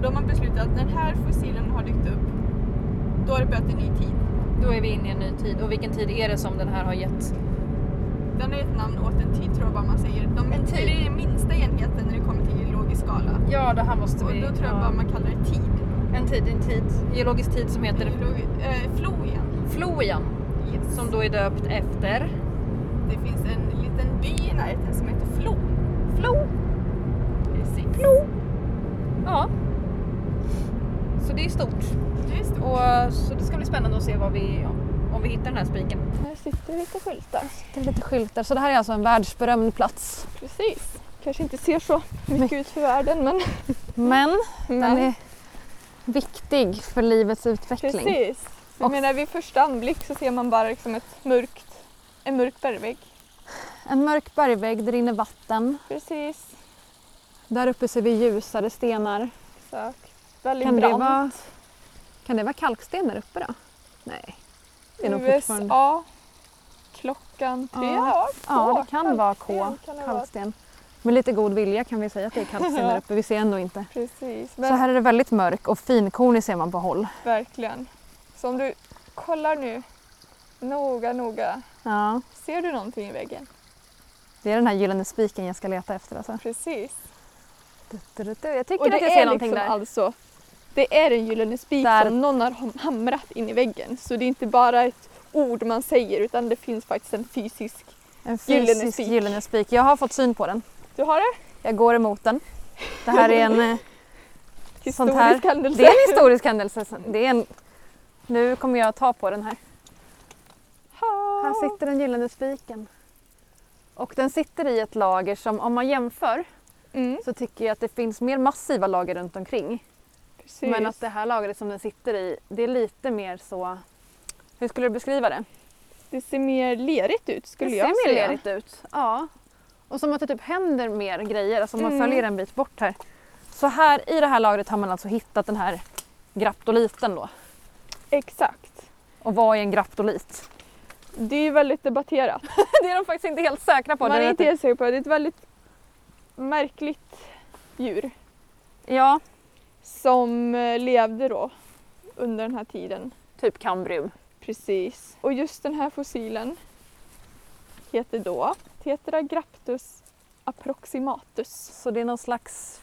då har man beslutat att den här fossilen har dykt upp. Då har det börjat en ny tid. Då är vi inne i en ny tid. Och vilken tid är det som den här har gett? Den har ett namn åt en tid, tror jag bara man säger. De, En tid? Det är den minsta enheten när det kommer till geologisk skala. Ja, det här måste Och vi... då tror jag ja. bara man kallar det tid. En tid, en tid. Geologisk tid som heter Geologi, eh, Floien. Floien. Yes. Som då är döpt efter... Det finns en liten by i närheten som heter Flo. Flo. Precis. Flo. Ja. Så det är stort. Det är stort. Och, så det ska bli spännande att se vad vi, om vi hittar den här spiken. Här sitter lite skyltar. Det är lite skyltar. Så det här är alltså en världsberömd plats. Precis. Kanske inte ser så mycket ut för världen, men... Men den Men- är viktig för livets utveckling. Precis. Jag Och- menar, vid första anblick så ser man bara liksom ett mörkt, en mörk bergvägg. En mörk bergvägg, det rinner vatten. Precis. Där uppe ser vi ljusare stenar. Exakt. Väldigt Kan det, brant. vara, kan det vara kalksten där uppe då? Nej. Det är nog U S fortfarande... A. Klockan tre. Ja. Ja, Ja, det kan vara K. kalksten kan det vara. Kalksten. Med lite god vilja kan vi säga att det är kalksten där uppe. Vi ser ändå inte. Precis. Så Men här är det väldigt mörk och finkornig ser man på håll. verkligen. Så om du kollar nu noga, noga. Ja, Ser du någonting i väggen? det är den här gyllene spiken jag ska leta efter alltså. Precis. Du, du, du, du. Jag tycker Och att det jag ser är någonting liksom där. alltså, det är en gyllene spik Där. som någon har ham- hamrat in i väggen. Så det är inte bara ett ord man säger, utan det finns faktiskt en fysisk. En gyllene fysisk spik. gyllene spik. Jag har fått syn på den. Du har det? Jag går emot den. Det här är en... eh, Historisk sånt här. händelse. Det är en historisk händelse. Det är en... Nu kommer jag ta på den här. Här sitter den gyllene spiken. Och den sitter i ett lager som, om man jämför, Mm, så tycker jag att det finns mer massiva lager runt omkring. precis. Men att det här lagret som den sitter i, det är lite mer så... Hur skulle du beskriva det? Det ser mer lerigt ut, skulle Det jag ser mer säga. lerigt ut. Ja. Och som att det typ händer mer grejer, alltså om man Mm. följer en bit bort här. Så här i det här lagret har man alltså hittat den här graptoliten då. Exakt. Och vad är en graptolit? Det är ju väldigt debatterat. Det är de faktiskt inte helt säkra på. Man Det är är inte inte... helt säker på det. Det är ett väldigt märkligt djur Ja, som eh, levde då under den här tiden. typ kambrium. Precis. Och just den här fossilen heter då Tetragraptus approximatus. Så det är någon slags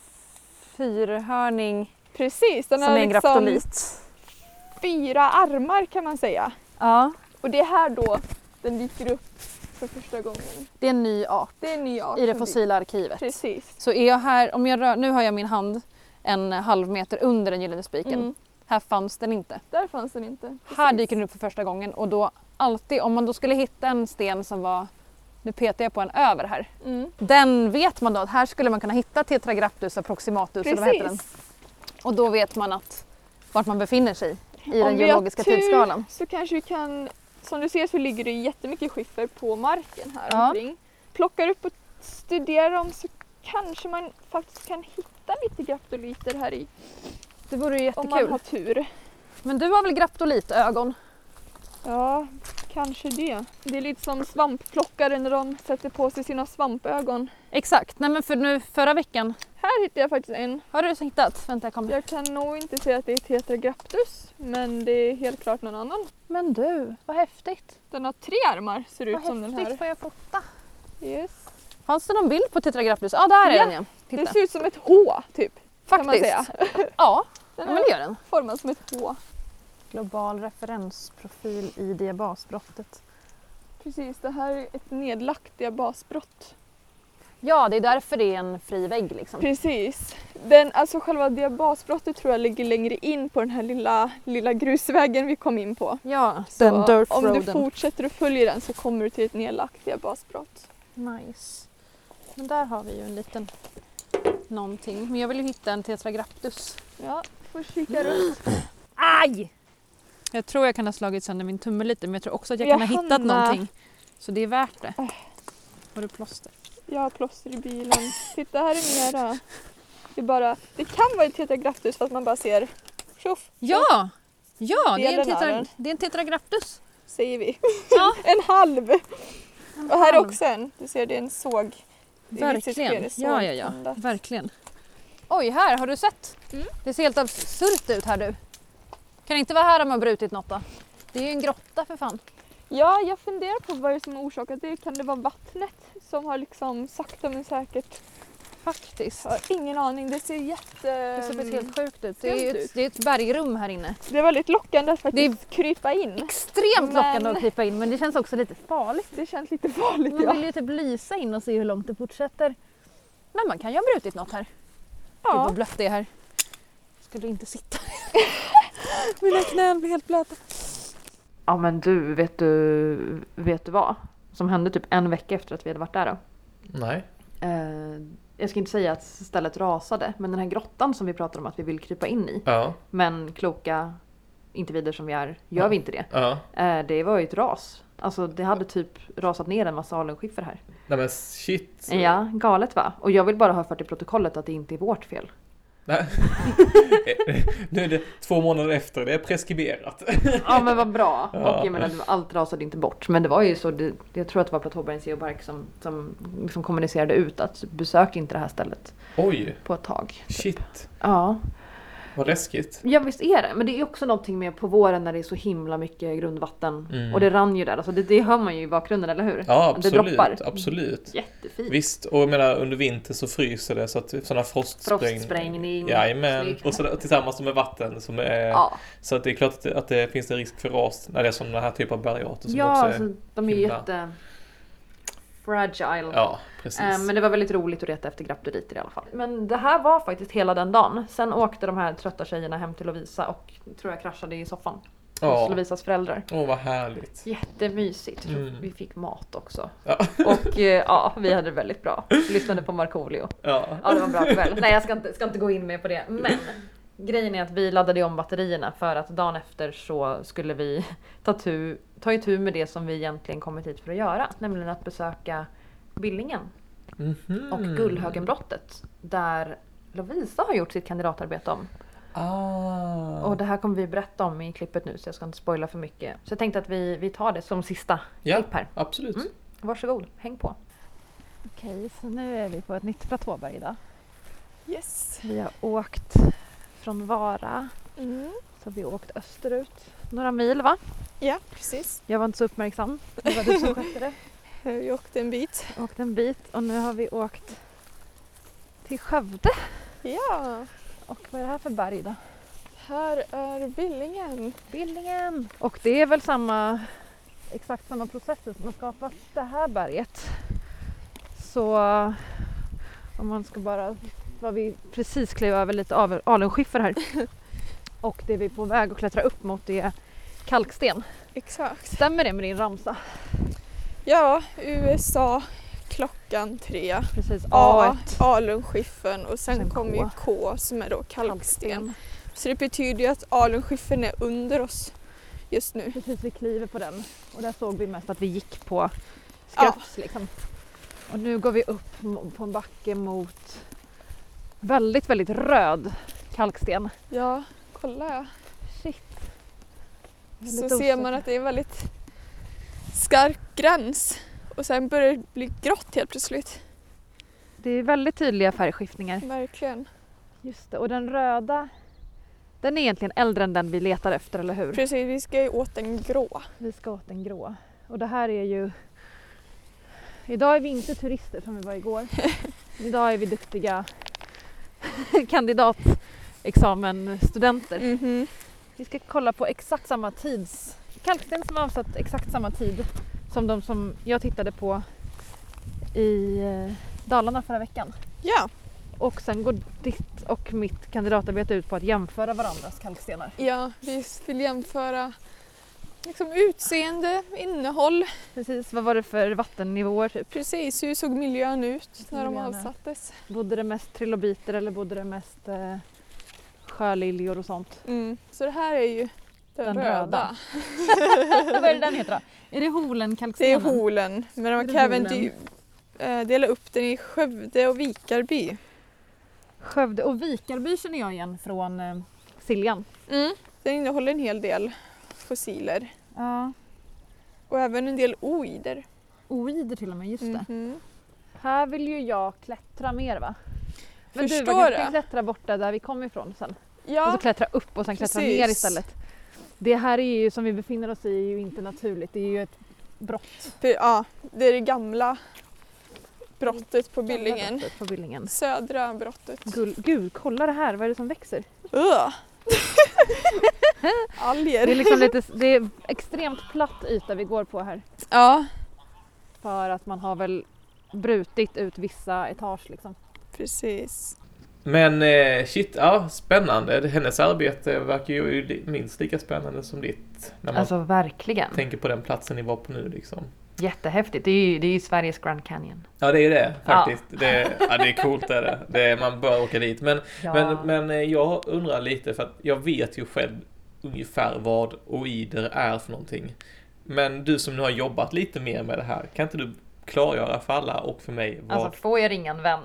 fyrhörning Precis, den som har är en liksom graptolit. fyra armar kan man säga. Ja, Och det är här då den dyker upp för första gången. det är en ny art Det är en ny art. i det som fossila arkivet. dyker- Precis. Så är jag här, om jag rör, nu har jag min hand en halv meter under den gyllene spiken. Mm. Här fanns den inte. Där fanns den inte. Precis. Här dyker den upp för första gången och då alltid, om man då skulle hitta en sten som var, nu petar jag på en över här. Mm. Den vet man då att här skulle man kunna hitta Tetragraptus approximatus eller vad heter den? Precis. Och då vet man att vart man befinner sig i Om den vi har geologiska tur tidsskalan. så kanske vi kan, som du ser så ligger det jättemycket skiffer på marken här Ja. omkring. Plockar upp och studerar dem så kanske man faktiskt kan hitta lite graptoliter här i. Det vore ju Om man har jättekul. tur. Men du har väl graptolitögon? Ja, kanske det. Det är lite som svampplockare när de sätter på sig sina svampögon. Exakt, nej men för nu förra veckan, Här hittade jag faktiskt en. har du hittat? Vänta jag kommer. Jag kan nog inte säga att det är Tetragraptus, men det är helt klart någon annan. Men du, vad häftigt. Den har tre armar, ser ut Vad som den häftigt, här. får jag fota? Yes. Fanns det någon bild på Tetragraptus? Ja, där är Ja, den ja. Titta. Det ser ut som ett H, typ. Kan man Faktiskt. säga. Ja, Den men är det gör den. formad som ett H. Global referensprofil i diabasbrottet. Precis, det här är ett nedlagt diabasbrott. Ja, det är därför det är en fri vägg liksom. Precis. Den, alltså själva diabasbrottet tror jag ligger längre in på den här lilla, lilla grusvägen vi kom in på. Ja, Så den dirt om du roaden. fortsätter att följa den så kommer du till ett nedlagt diabasbrott. Nice. Men där har vi ju en liten någonting. Men jag vill ju hitta en Tetragraptus. Ja, får kika runt. Aj! Jag tror jag kan ha slagit sönder min tumme lite, men jag tror också att jag Ja, kan ha hittat Hanna. någonting. Så det är värt det. Har du plåster? Jag har plåster i bilen. Titta, här är mera. Det, är bara, det kan vara ett Tetragraptus för att man bara ser tjoff, Ja! Ja, det är, en Delen av tetra, den. det är en Tetragraptus. säger vi. Ja. En halv. En Och här är halv. också en. Du ser, det är en såg. Det är lite Verkligen. ser Ja, ja, ja. sågkandat. Verkligen. Oj, här har du sett? Mm. Det ser helt absurt ut här du. Kan det inte vara här de har brutit något då? Det är ju en grotta för fan. Ja, jag funderar på vad det är som har orsakat det. Kan det vara vattnet som har liksom sakta men säkert? Faktiskt. Jag har ingen aning. Det ser jätte... Det ser helt sjukt ut. Det är, Skumt ett, ut. det är ett bergrum här inne. Det är väldigt lockande att faktiskt Det krypa in. Extremt lockande Men- att krypa in, men det känns också lite farligt. Det känns lite farligt, Man ja. vill ju typ lysa in och se hur långt det fortsätter. Men man kan ju ha brutit något här. Gud Ja. vad blött det är här. Skulle inte sitta. Mina knän blir helt blöta. Ja men du, vet du, vet du vad? Som hände typ en vecka efter att vi hade varit där då. Nej. Eh, jag ska inte säga att stället rasade, men den här grottan som vi pratade om att vi vill krypa in i. Ja. Men kloka individer som vi är, gör Ja. vi inte det. Ja. Eh, det var ju ett ras. Alltså det hade typ rasat ner en massa alunskiffer här. Nej men shit. Ja, galet va? Och jag vill bara ha fört i protokollet att det inte är vårt fel. Nej. Nu är det två månader efter, det är preskriberat. Ja men vad bra. Ja. Och jag menar, allt rasade inte bort. Men det var ju så, det, jag tror att det var Platåbergens geopark som, som liksom kommunicerade ut att besök inte det här stället Oj, på ett tag. shit. Ja. Vad läskigt. Ja visst är det, men det är också någonting med på våren när det är så himla mycket grundvatten. Mm. Och det rann ju där, alltså det, det hör man ju i bakgrunden, eller hur? Ja, Det droppar. absolut. Absolut. Jättefint. Visst, och jag menar under vinter så fryser det så att sådana frostspräng... Frostsprängning. Jajamän, Snyggt. och så, tillsammans med vatten som är... Ja, Så att det är klart att det, att det finns en risk för ras när det är sådana här typer av bergarter som ja också är... alltså, de är ju himla- jätte fragile. Ja, precis. Eh, Men det var väldigt roligt att leta efter graptoditer i alla fall. Men det här var faktiskt hela den dagen. Sen åkte de här trötta tjejerna hem till Lovisa och tror jag kraschade i soffan. Hos Ja. Lovisas föräldrar. Åh, vad härligt. Jättemysigt. Jag tror Mm. Vi fick mat också. Ja. Och eh, ja, vi hade det väldigt bra. Lyssnade på Markoolio. Ja. Ja, det var en bra kväll. Nej, jag ska inte, ska inte gå in mer på det. Men grejen är att vi laddade om batterierna för att dagen efter så skulle vi ta, tu, ta itu med det som vi egentligen kommit hit för att göra. Nämligen att besöka Billingen Mhm. och Gullhögenbrottet där Lovisa har gjort sitt kandidatarbete om. Ah. Och det här kommer vi berätta om i klippet nu så jag ska inte spoila för mycket. Så jag tänkte att vi, vi tar det som sista Ja, klipp här. absolut. Mm. Varsågod, häng på. Okej, så nu är vi på ett nytt platåberg idag. Yes. Vi har åkt från Vara, Mm. så har vi åkt österut några mil va? Ja, precis. Jag var inte så uppmärksam, det var du som skötte det. Vi åkte en bit. Åkt en bit och nu har vi åkt till Skövde. Ja, Och vad är det här för berg då? här är Billingen. Billingen! Och det är väl samma, exakt samma processer som har skapat det här berget. Så om man ska bara, vad vi precis klev över lite av alunskiffer här. Och det vi är på väg att klättra upp mot det är kalksten. Exakt. Stämmer det med din ramsa? Ja, U S A klockan tre. Precis, A, A ett. alunskiffern och sen, Sen kommer K. ju K som är då kalksten. Kalksten. Så det betyder ju att alunskiffern är under oss just nu. Precis, vi kliver på den. Och där såg vi mest att vi gick på skrafs liksom. Och nu går vi upp mo- på en backe mot väldigt, väldigt röd kalksten. Ja, kolla ja. Shit. Så Väldigt ser man osäker. att det är en väldigt skarp gräns. Och sen börjar det bli grått helt plötsligt. Det är väldigt tydliga färgskiftningar. Verkligen. Just det. Och den röda, den är egentligen äldre än den vi letar efter, eller hur? Precis, vi ska ju åt den grå. Vi ska åt den grå. Och det här är ju... Idag är vi inte turister som vi var igår. Idag är vi duktiga kandidatexamenstudenter. Mhm. Vi ska kolla på exakt samma tids... Kalksten som har avsatt exakt samma tid som de som jag tittade på i eh, Dalarna förra veckan. Ja, Och sen går ditt och mitt kandidatarbete ut på att jämföra varandras kalkstenar. ja, vi vill jämföra liksom utseende, innehåll. Precis, vad var det för vattennivåer typ? Precis, hur såg miljön ut när de Miljön, ja. avsattes? Bodde det mest trilobiter eller bodde det mest eh, sjöliljor och sånt? Mm. Så det här är ju den, Den röda. röda. Vad är det den heter då? Är det Det är Holenkalkstenen? Holen, men Är man det kan även Holen? dy- eh, dela upp den i Skövde och Vikarby. Skövde och Vikarby känner jag igen från eh, Siljan. Mm. Den innehåller en hel del fossiler Ja. och även en del oider. Oider till och med, just det. Mhm. Här vill ju jag klättra mer va? Men du, Förstår vad du? kan vi klättra borta där vi kom ifrån sen? Ja. Och så klättra upp och sen klättra Precis. ner istället. Det här är ju, som vi befinner oss i, är ju inte naturligt. Det är ju ett brott. För, ja, det är det gamla brottet på Billingen. Brottet På Billingen. Södra brottet. Gud, Gud, kolla det här. Vad är det som växer? Uh. Det Alger. är liksom lite, det är extremt platt yta vi går på här. Ja, För att man har väl brutit ut vissa etage liksom. precis. Men eh, shit, ja, spännande. Hennes arbete verkar ju li- minst lika spännande som ditt. När man Alltså verkligen. tänker på den platsen ni var på nu liksom. Jättehäftigt. Det är ju, det är ju Sveriges Grand Canyon. Ja, det är det faktiskt. Ja. Det, ja, det är coolt är det. det är, man bör åka dit. Men, Ja. men, men eh, jag undrar lite, för att jag vet ju själv ungefär vad oider är för någonting. Men du som nu har jobbat lite mer med det här, kan inte du klargöra för alla och för mig vad... Alltså får jag ringa en vän?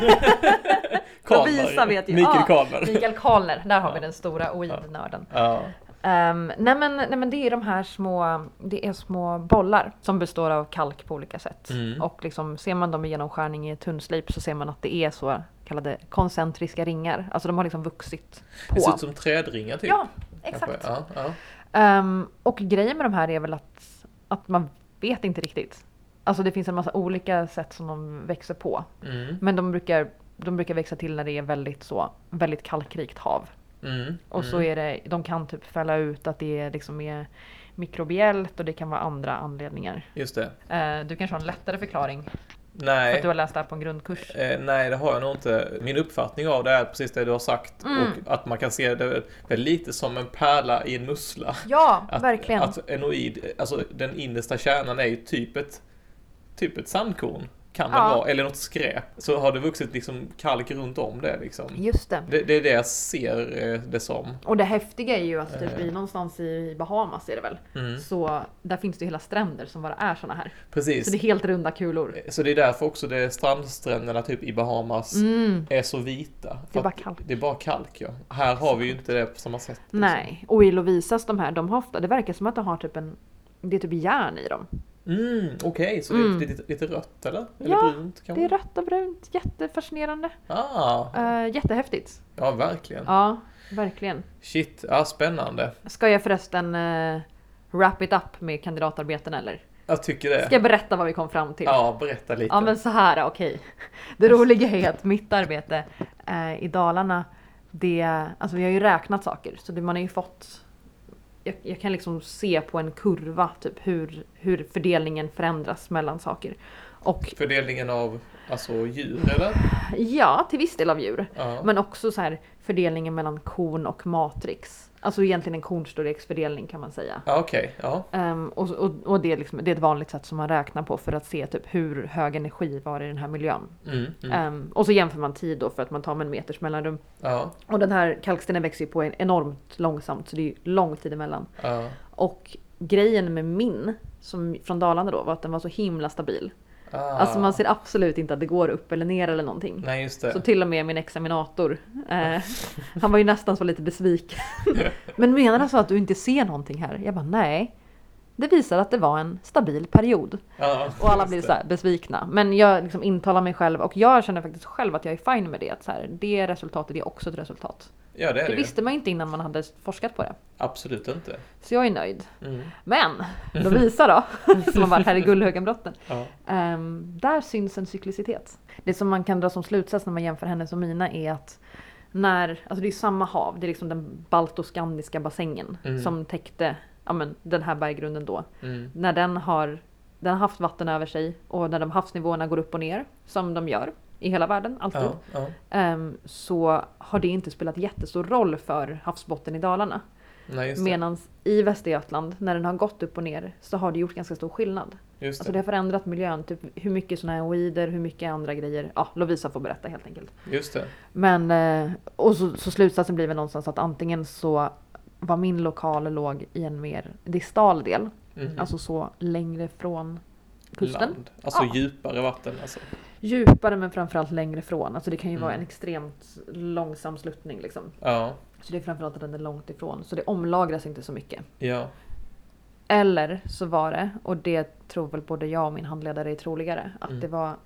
Karlner. Lovisa vet ju. Mikael Ja, Karlner. Mikael Karlner, där har Ja. vi den stora oidnörden. Ja. Um, nej, men, nej men det är de här små, det är små bollar som består av kalk på olika sätt. Mm. Och liksom, ser man dem i genomskärning i tunnslip så ser man att det är så kallade koncentriska ringar. Alltså de har liksom vuxit på. Det ser ut som trädringar typ. Ja, kanske. exakt. Ja, ja. Um, och grejen med de här är väl att, att man vet inte riktigt. Alltså det finns en massa olika sätt som de växer på. Mm. Men de brukar, de brukar växa till när det är väldigt så, väldigt kalkrikt hav. Mm. Och så mm. är det, de kan typ fälla ut att det liksom är mikrobiellt och det kan vara andra anledningar. Just det. Eh, du kanske har en lättare förklaring för Nej. att du har läst det här på en grundkurs. Eh, nej, det har jag nog inte. Min uppfattning av det är precis det du har sagt. Mm. Och att man kan se det väl lite som en pärla i en mussla. Ja, Att, verkligen. att en oid, alltså den innersta kärnan är ju typ ett, typ ett sandkorn. Kan det Ja. vara, eller något skräp. Så har det vuxit liksom kalk runt om det liksom. Just det. Det, det är det jag ser eh, det som. Och det häftiga är ju att typ Eh. i någonstans i Bahamas är det väl. Mm. Så där finns det hela stränder som bara är såna här. Precis. Så det är helt runda kulor. Så det är därför också det strandstränderna typ i Bahamas Mm. är så vita. Det är För bara att kalk. Det är bara kalk, ja. Här har vi ju inte det på samma sätt. liksom. Nej, och i Lovisas de här, de har ofta, det verkar som att de har typ en, det är typ järn i dem. Mm, okej. Okay. Så Mm. det är lite, lite rött eller? Eller Ja, brunt kanske? Det är rött och brunt, jättefascinerande. Ah, Uh, jättehäftigt. ja verkligen. Ja, verkligen. Shit, ja spännande. Ska jag förresten uh, wrap it up med kandidatarbeten eller? Jag tycker det. Ska jag berätta vad vi kom fram till? Ja, berätta lite. Ja men så här, okej. Det roliga är att mitt arbete eh, i Dalarna, det, alltså vi har ju räknat saker. Så det, man har ju fått, jag, jag kan liksom se på en kurva typ hur, hur fördelningen förändras mellan saker. Och Fördelningen av alltså djur eller? ja, till viss del av djur. Ja. Men också så här fördelningen mellan korn och matrix. Alltså egentligen en kornstorleksfördelning kan man säga. Ja, okej. Ja. Um, och och, och det, är liksom, det är ett vanligt sätt som man räknar på för att se typ hur hög energi var i den här miljön. Mm, mm. Um, och så jämför man tid då för att man tar med en meters mellanrum. Ja. Och den här kalkstenen växer ju på en enormt långsamt så det är ju lång tid emellan. Ja. Och grejen med min, som från Dalarna då, var att den var så himla stabil. Ah. Alltså man ser absolut inte att det går upp eller ner eller någonting. Nej, just det. Så till och med min examinator, eh, han var ju nästan så lite besviken. Men menar alltså att du inte ser någonting här? Jag bara nej. Det visar att det var en stabil period. Ja, Och alla just blir det. så här besvikna. Men jag liksom intalar mig själv och jag känner faktiskt själv att jag är fine med det. Att så här, det resultatet är också ett resultat. Ja, det är Det det. visste man inte innan man hade forskat på det. Absolut inte. Så jag är nöjd. Mm. Men, då visar då, som har varit här i Gullhögenbrotten. Ja. Um, där syns en cyklicitet. Det som man kan dra som slutsats när man jämför hennes och mina är att när, alltså det är samma hav, det är liksom den baltoskandiska bassängen Mm. som täckte ja, men, den här berggrunden då. Mm. När den har, den har haft vatten över sig och när de havsnivåerna går upp och ner, som de gör i hela världen, alltid. Ja, ja. Um, så har det inte spelat jättestor roll för havsbotten i Dalarna. Nej, just det. Medan i Västergötland, när den har gått upp och ner, så har det gjort ganska stor skillnad. Just Alltså det. det har förändrat miljön, typ hur mycket såna här oider, hur mycket andra grejer. Ja, Lovisa får berätta helt enkelt. Just det. Men, eh, och så, så slutsatsen blir väl någonstans att antingen så var min lokal låg i en mer distal del, Mhm. alltså så längre från kusten. Land. Alltså Ja. djupare vatten alltså. Djupare men framförallt längre från. Alltså det kan ju vara Mm. en extremt långsam sluttning liksom. Ja. Så det är framförallt att den är långt ifrån. Så det omlagras inte så mycket. Ja. Eller så var det, och det tror väl både jag och min handledare är troligare, att Mm. det var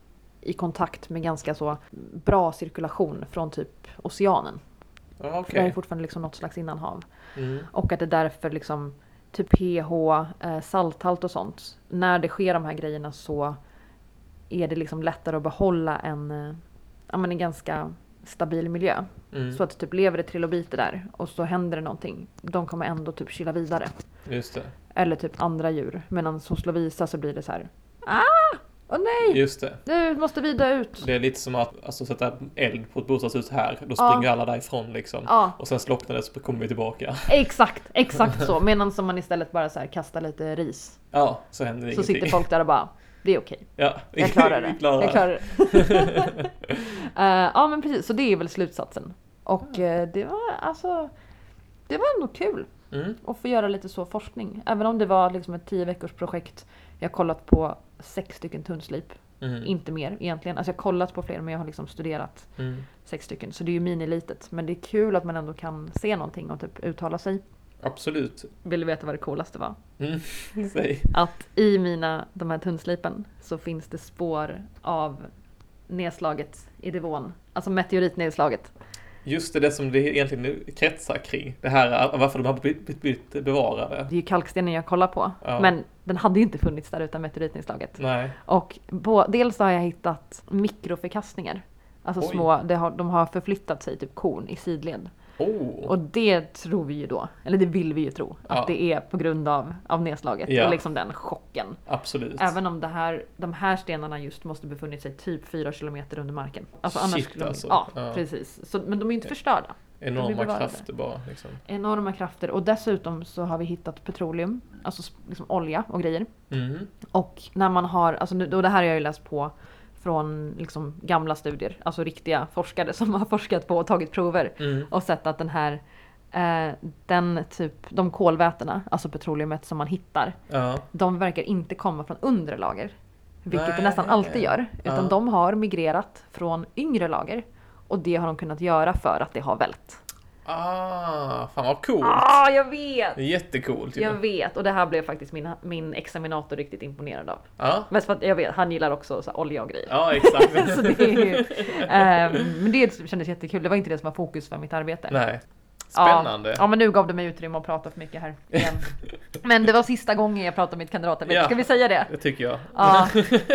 i kontakt med ganska så bra cirkulation från typ oceanen. Ja, För det är okej. fortfarande liksom något slags innanhav. Mm. Och att det därför liksom typ pH, eh, salthalt och sånt. När det sker de här grejerna så är det liksom lättare att behålla en, eh, ja, men en ganska stabil miljö. Mm. Så att typ lever det trilobiter där och så händer det någonting. De kommer ändå typ kyla vidare. Just det. Eller typ andra djur. Medan hos Lovisa så blir det så här. Ah! Åh nej! Just det. Nu måste vi dö ut. Det är lite som att alltså, sätta eld på ett bostadshus här. Då Ja. springer alla därifrån liksom. Ja, Och sen slocknar det så kommer vi tillbaka. exakt. Exakt så. Medan som man istället bara så här kastar lite ris. Ja, så händer det Så ingenting. sitter folk där och bara. Det är okej. Ja, Jag klarar det. vi klarar Jag klarar det. uh, ja men precis. Så det är väl slutsatsen. Och uh, det var alltså. Det var ändå kul. Mm. Och få göra lite så forskning. Även om det var liksom ett tio veckors projekt. Jag har kollat på sex stycken tunnslip. Mm. Inte mer egentligen. Alltså jag har kollat på fler men jag har liksom studerat Mm. sex stycken. Så det är ju minilitet. Men det är kul att man ändå kan se någonting och typ uttala sig. Absolut. Vill du veta vad det coolaste var? Mm. Säg. Att i mina, de här tunnslipen så finns det spår av nedslaget i Devon. Alltså meteoritnedslaget. Just det, det som det egentligen kretsar kring. Det här, varför de har blivit, blivit bevarade. Det är ju kalkstenen jag kollar på. Ja. Men den hade ju inte funnits där utan meteoritnedslaget. Nej. Och på, dels har jag hittat mikroförkastningar. Alltså Oj. små, det har, de har förflyttat sig typ korn i sidled. Oh. Och det tror vi ju då, eller det vill vi ju tro, Ja. att det är på grund av, av nedslaget Ja. och liksom den chocken. Absolut. Även om det här, de här stenarna just måste befunnit sig typ fyra kilometer under marken. Alltså annars Shit, skulle de, alltså. ja, Ja. precis. Så, men de är inte förstörda. de blir Enorma bevarade. krafter bara. Liksom. Enorma krafter. Och dessutom så har vi hittat petroleum, alltså s- liksom olja och grejer. Mm. Och när man har, alltså nu, och det här har jag ju läst på från liksom gamla studier, alltså riktiga forskare som har forskat på och tagit prover Mm. och sett att den här eh, den typ, de kolvätena, alltså petroleumet som man hittar, Ja. de verkar inte komma från undre lager. Vilket Nej. det nästan alltid gör. Utan Ja. de har migrerat från yngre lager. Och det har de kunnat göra för att det har vält. Ah, fan vad coolt. Ah, jag vet! Det är jättecoolt ju. Jag vet, och det här blev faktiskt min, min examinator riktigt imponerad av. Ja. Mest för att jag vet, han gillar också så här, olja och grejer. Ja, exakt. Så det är ju, ehm, men det kändes jättekul, det var inte det som var fokus för mitt arbete. Nej. Spännande. Ja, ja men nu gav det mig utrymme att prata för mycket här igen. Men det var sista gången jag pratade om mitt kandidatarbete, Ja. ska vi säga det? Det tycker jag. Ja,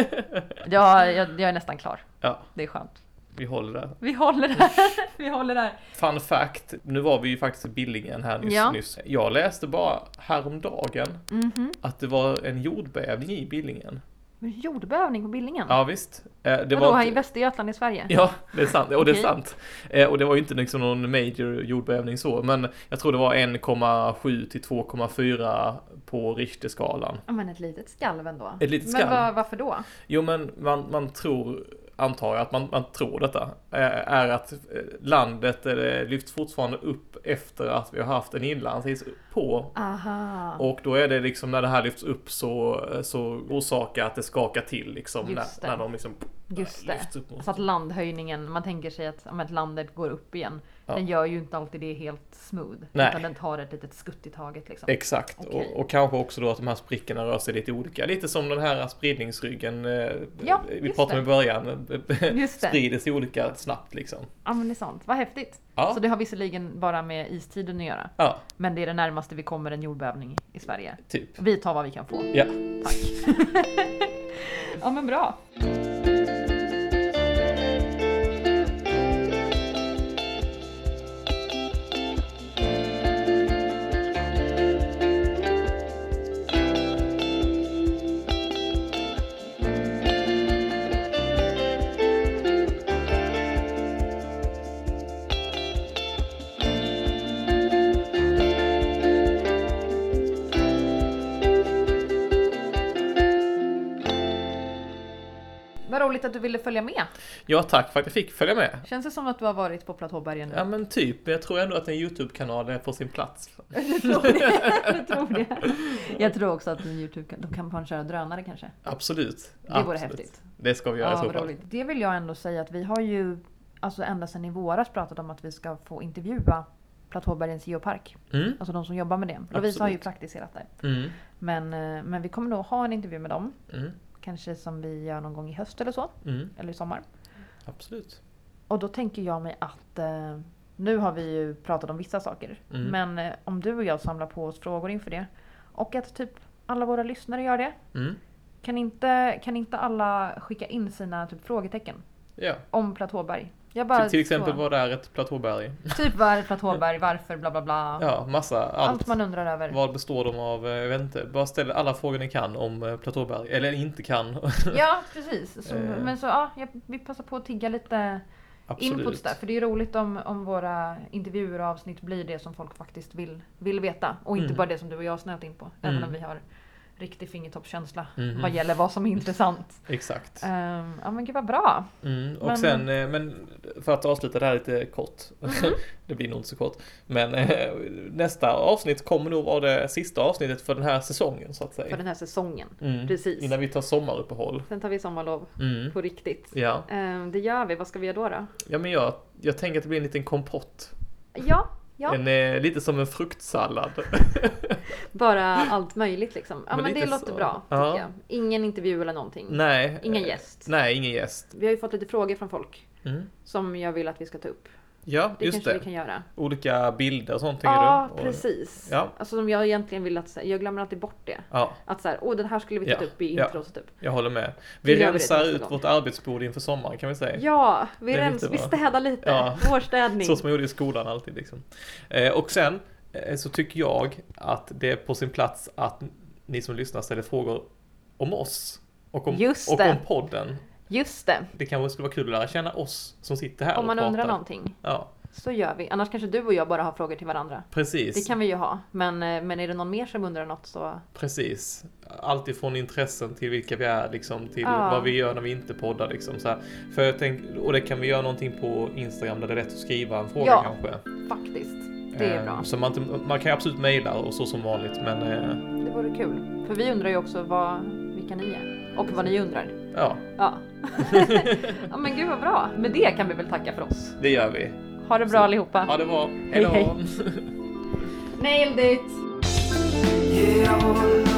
ja jag, jag är nästan klar. Ja, Det är skönt. vi håller där. Vi håller där. Vi håller där. Fun fact, nu var vi ju faktiskt i Billingen här nyss. Ja. nyss. Jag läste bara häromdagen Mhm. att det var en jordbävning i Billingen. Jordbävning på Billingen? Ja visst. Eh, Det Vadå, var här i inte... Västergötland i Sverige? Ja, det är sant. Och det är Okej. sant. Eh, Och det var ju inte liksom någon major jordbävning så, men jag tror det var en komma sju till två komma fyra på Richterskalan. Ja, men ett litet skalv ändå. Ett litet Men skalv. var, varför då? Jo, men man, man tror, antar jag att man, man tror detta, eh, är att eh, landet eh, lyfts fortfarande upp efter att vi har haft en inlandsis på. Aha. Och då är det liksom när det här lyfts upp så, så orsakar att det skakar till liksom när, Just det. när de liksom Just lyfts det. upp. mot- Så att landhöjningen, man tänker sig att om ett landet går upp igen. Ja. Den gör ju inte alltid det helt smooth. Nej. Utan den tar ett litet skutt i taget liksom. Exakt, Okej. och, och kanske också då att de här sprickorna rör sig lite olika. Lite som den här spridningsryggen eh, Ja, vi just pratade om i det. början. Just det. Sprider sig olika snabbt liksom. Ja men det är sant. Vad häftigt. Ja. Så det har visserligen bara med istiden att göra. Ja, Men det är det närmaste vi kommer en jordbävning i Sverige. typ. Vi tar vad vi kan få. Ja. Tack. Ja men bra. Vad roligt att du ville följa med. Ja, tack för att jag fick följa med. Känns det som att du har varit på Platåbergen nu? Ja, men typ. Jag tror ändå att en YouTube-kanal är på sin plats. Jag tror det. Jag tror det. Jag tror också att en YouTube kan, de kan fan köra drönare kanske. Absolut. Det vore Absolut. häftigt. Det ska vi göra i Ja, så vad fall. roligt. Det vill jag ändå säga att vi har ju alltså ända sedan i våras pratat om att vi ska få intervjua Platåbergens geopark. Mm. Alltså de som jobbar med det. Lovisa har ju Absolut. praktiserat där. Mm. Men, eh, men vi kommer nog ha en intervju med dem. Mm. Kanske som vi gör någon gång i höst eller så. Mm. Eller i sommar. Absolut. Och då tänker jag mig att eh, nu har vi ju pratat om vissa saker. Mm. Men eh, om du och jag samlar på oss frågor inför det. Och att typ alla våra lyssnare gör det. Mm. Kan inte, kan inte alla skicka in sina typ frågetecken Ja. om Platåberg? Jag bara Till, till exempel så, vad det är ett platåberg. typ vad är ett Platåberg, varför, bla bla bla. Ja, massa. Allt. Allt man undrar över. Vad består de av? Jag vet inte. Bara ställ alla frågor ni kan om eh, platåberg. Eller inte kan. Ja, precis. Så, Eh. men så ja, jag, vi passar på att tigga lite Absolut. inputs där. För det är roligt om, om våra intervjuer och avsnitt blir det som folk faktiskt vill, vill veta. Och inte Mm. bara det som du och jag har snöat in på. Även Mm. om vi har riktig fingertoppskänsla Mhm. vad gäller vad som är intressant. Exakt. Um, ja men gud vad bra. Mm, och Men- sen, eh, men för att avsluta det här lite kort. Det blir nog inte så kort. Men eh, nästa avsnitt kommer nog vara det sista avsnittet för den här säsongen så att säga. För den här säsongen. Mm, Precis. Innan vi tar sommaruppehåll. Sen tar vi sommarlov Mm. på riktigt. Ja. Um, det gör vi. Vad ska vi göra då då? Ja, men jag, jag tänker att det blir en liten kompott. Ja, ja. En, eh, lite som en fruktsallad. Bara allt möjligt liksom. Ja Men men, lite det låter så. bra tycker Ja. jag. Ingen intervju eller någonting. Nej. Ingen eh, gäst. Nej, ingen gäst. Vi har ju fått lite frågor från folk Mm. som jag vill att vi ska ta upp. Ja, Det just kanske det. vi kan göra. Olika bilder och sånt tänker Ja, du? Och- precis. Ja. Alltså som jag egentligen vill att, jag glömmer alltid bort det. Ja, Att så här, åh den här skulle vi ta Ja, upp i ja. intro så typ. jag håller med. Vi Då gör vi det rensar nästa ut gång. vårt arbetsbord inför sommaren kan vi säga. Ja, vi, Det är rens, vi jättebra. städar lite. Ja. Vårstädning. Så som man gjorde i skolan alltid liksom. Eh, och sen eh, så tycker jag att det är på sin plats att ni som lyssnar ställer frågor om oss. Och om, Just och det. om podden. Just det. Det kanske skulle vara kul att lära känna oss som sitter här Om man och pratar. undrar någonting. Ja, Så gör vi. Annars kanske du och jag bara har frågor till varandra. precis. Det kan vi ju ha. Men, eh, men är det någon mer som undrar något så... Precis. Allt ifrån intressen till vilka vi är liksom, till Ja. vad vi gör när vi inte poddar liksom. Så här. För jag tänk, och det kan vi göra någonting på Instagram där det är lätt att skriva en fråga Ja. kanske. Faktiskt. Det är Eh, bra. Så man, inte- man kan ju absolut mejla och så som vanligt men eh, Det vore kul. För vi undrar ju också vad, vilka ni är. Och vad ni undrar. ja, Ja. Ja men gud vad bra. Med det kan vi väl tacka för oss. det gör vi. Ha det bra allihopa. Ha det bra. Hej, Hej då. hej. Nailed it! Yeah,